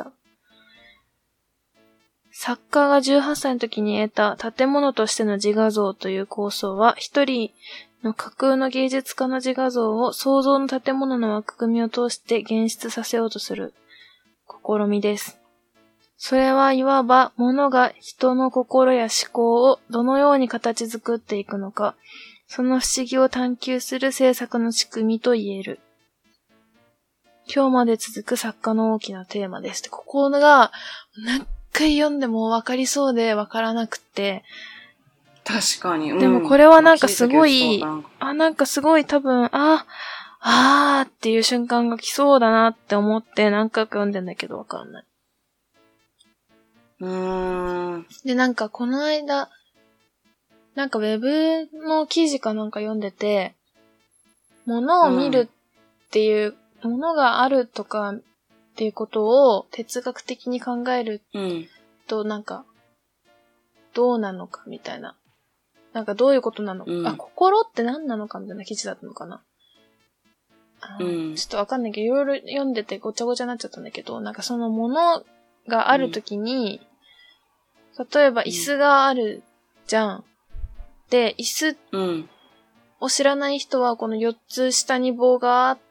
作家がじゅうはっさいの時に得た建物としての自画像という構想は、一人の架空の芸術家の自画像を想像の建物の枠組みを通して現出させようとする試みです。それはいわば物が人の心や思考をどのように形作っていくのか、その不思議を探求する制作の仕組みと言える。今日まで続く作家の大きなテーマです。ここが何回読んでも分かりそうで分からなくて。 確かに。うん、 でもこれはなんかすごい、あ、なんかすごい多分、あ、あーっていう瞬間が来そうだなって思って何回か読んでんだけど分かんない。 うーん。 で、なんかこの間、なんかウェブの記事かなんか読んでて、物を見るっていう、うん、物があるとかっていうことを哲学的に考えると、なんか、どうなのかみたいな。なんかどういうことなのか。うん、あ、心って何なのかみたいな記事だったのかな。あ、うん、ちょっとわかんないけど、いろいろ読んでてごちゃごちゃになっちゃったんだけど、なんかその物があるときに、うん、例えば椅子があるじゃん。で、椅子を知らない人はこのよっつ下に棒があって、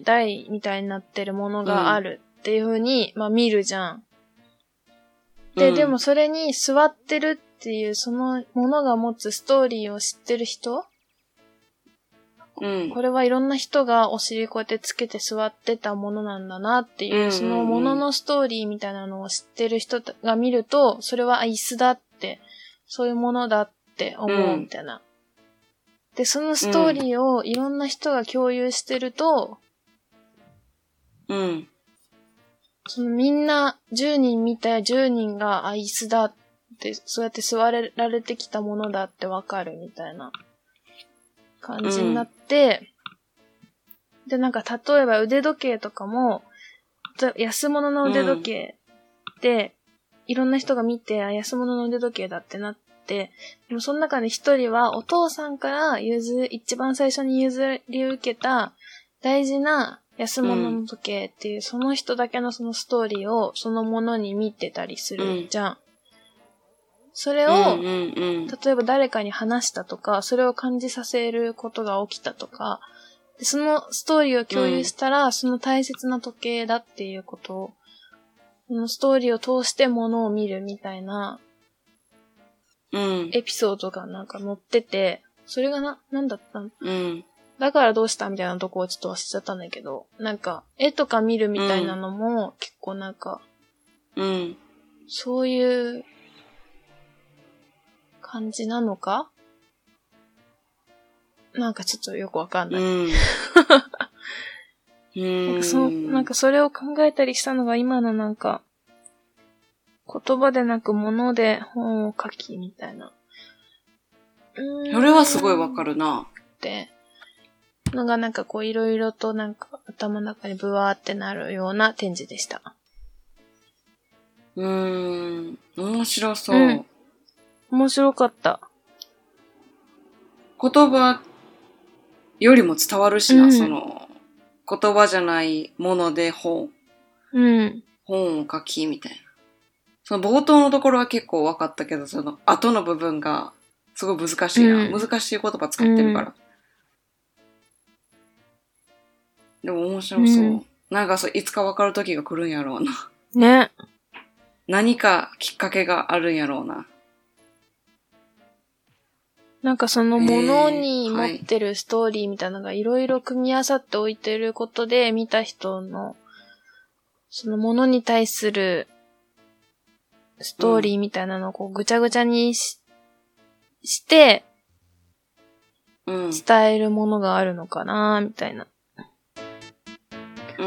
台みたいになってるものがあるっていう風に、まあ見るじゃん。で、うん、でもそれに座ってるっていうそのものが持つストーリーを知ってる人、うん、これはいろんな人がお尻こうやってつけて座ってたものなんだなっていう、うんうんうん、そのもののストーリーみたいなのを知ってる人が見ると、それは椅子だって、そういうものだって思うみたいな。うん、で、そのストーリーをいろんな人が共有してると、うん。そのみんなじゅうにん見たじゅうにんが、あ、椅子だって、そうやって座られてきたものだってわかるみたいな感じになって、うん、で、なんか例えば腕時計とかも、安物の腕時計で、うん、いろんな人が見て、あ、安物の腕時計だってなって、でもその中で一人はお父さんから譲、一番最初に譲り受けた大事な安物の時計っていう、うん、その人だけのそのストーリーをそのものに見てたりするじゃん。うん、それを、うんうんうん、例えば誰かに話したとか、それを感じさせることが起きたとか、でそのストーリーを共有したら、うん、その大切な時計だっていうことを、そのストーリーを通してものを見るみたいな、うん、エピソードがなんか載ってて、それがな、なんだったの、うん、だからどうしたみたいなとこをちょっと忘れちゃったんだけど、なんか、絵とか見るみたいなのも、結構なんか、うん、そういう感じなのかなんかちょっとよくわかんない。うんなんかそ、なんかそれを考えたりしたのが今のなんか、言葉でなく物で本を書きみたいな。 うーんそれはすごいわかるな。 ってのがなんかこういろいろとなんか頭の中にブワーってなるような展示でした。 うーん、面白そう。うん、 面白かった。 言葉よりも伝わるしな、うん、その言葉じゃないもので本うん。 本を書き、みたいな。その冒頭のところは結構分かったけど、その後の部分がすごい難しいな。うん、難しい言葉使ってるから。うん、でも面白そう。うん、なんかそう、いつか分かる時が来るんやろうな。 ね。 何かきっかけがあるんやろうな。 なんかそのものに持ってるストーリーみたいなのがいろいろ組み合わさっておいてることで、見た人のそのものに対するストーリーみたいなのをこうぐちゃぐちゃに し,、うん、して伝えるものがあるのかなみたいな、 うん、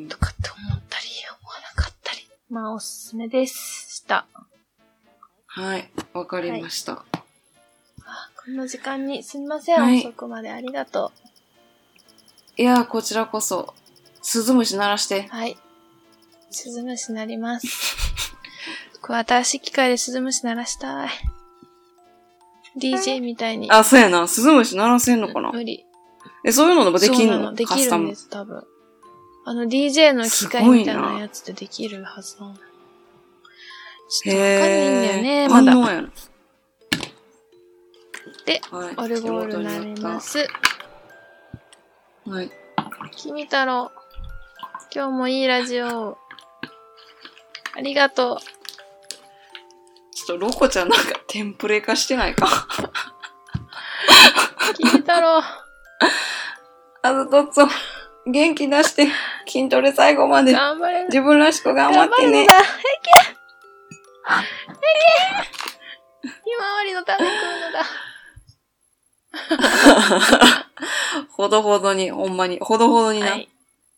とかって思ったり思わなかったり、まあおすすめでした。 はい、わかりました。はい、 あ、この時間にすみません、はい、遅くまでありがとう。いやこちらこそスズムシ鳴らして。 はい、スズムシ鳴ります。これ新しい機械でスズムシ鳴らしたい。ディージェー みたいに。 あ、そうやな。スズムシ鳴らせんのかな。 無理。 え、そういうのもできんの？ そうなの、できるんです、多分。あの ディージェー の機械みたいなやつでできるはずなの。ちょっとわかんないんだよね、まだ。 反応やな。 で、はい、オルゴール鳴ります。 はい。 君太郎、今日もいいラジオ。ありがとう。 ちょっとロコちゃんなんかテンプレ化してないか。 君太郎。 あずとっつぉ、元気出して、筋トレ最後まで。 頑張れ。 自分らしく頑張ってね。 頑張るんだ。へけ。へけ。ひまわりのため食うのだ。 ほどほどに、ほんまに、ほどほどにな。はい。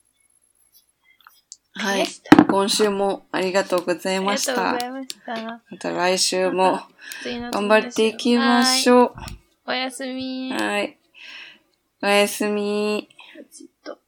はい。今週もありがとうございました。 ありがとうございました。 また来週も頑張っていきましょう。 おやすみ。 はい。おやすみ。 ポチッと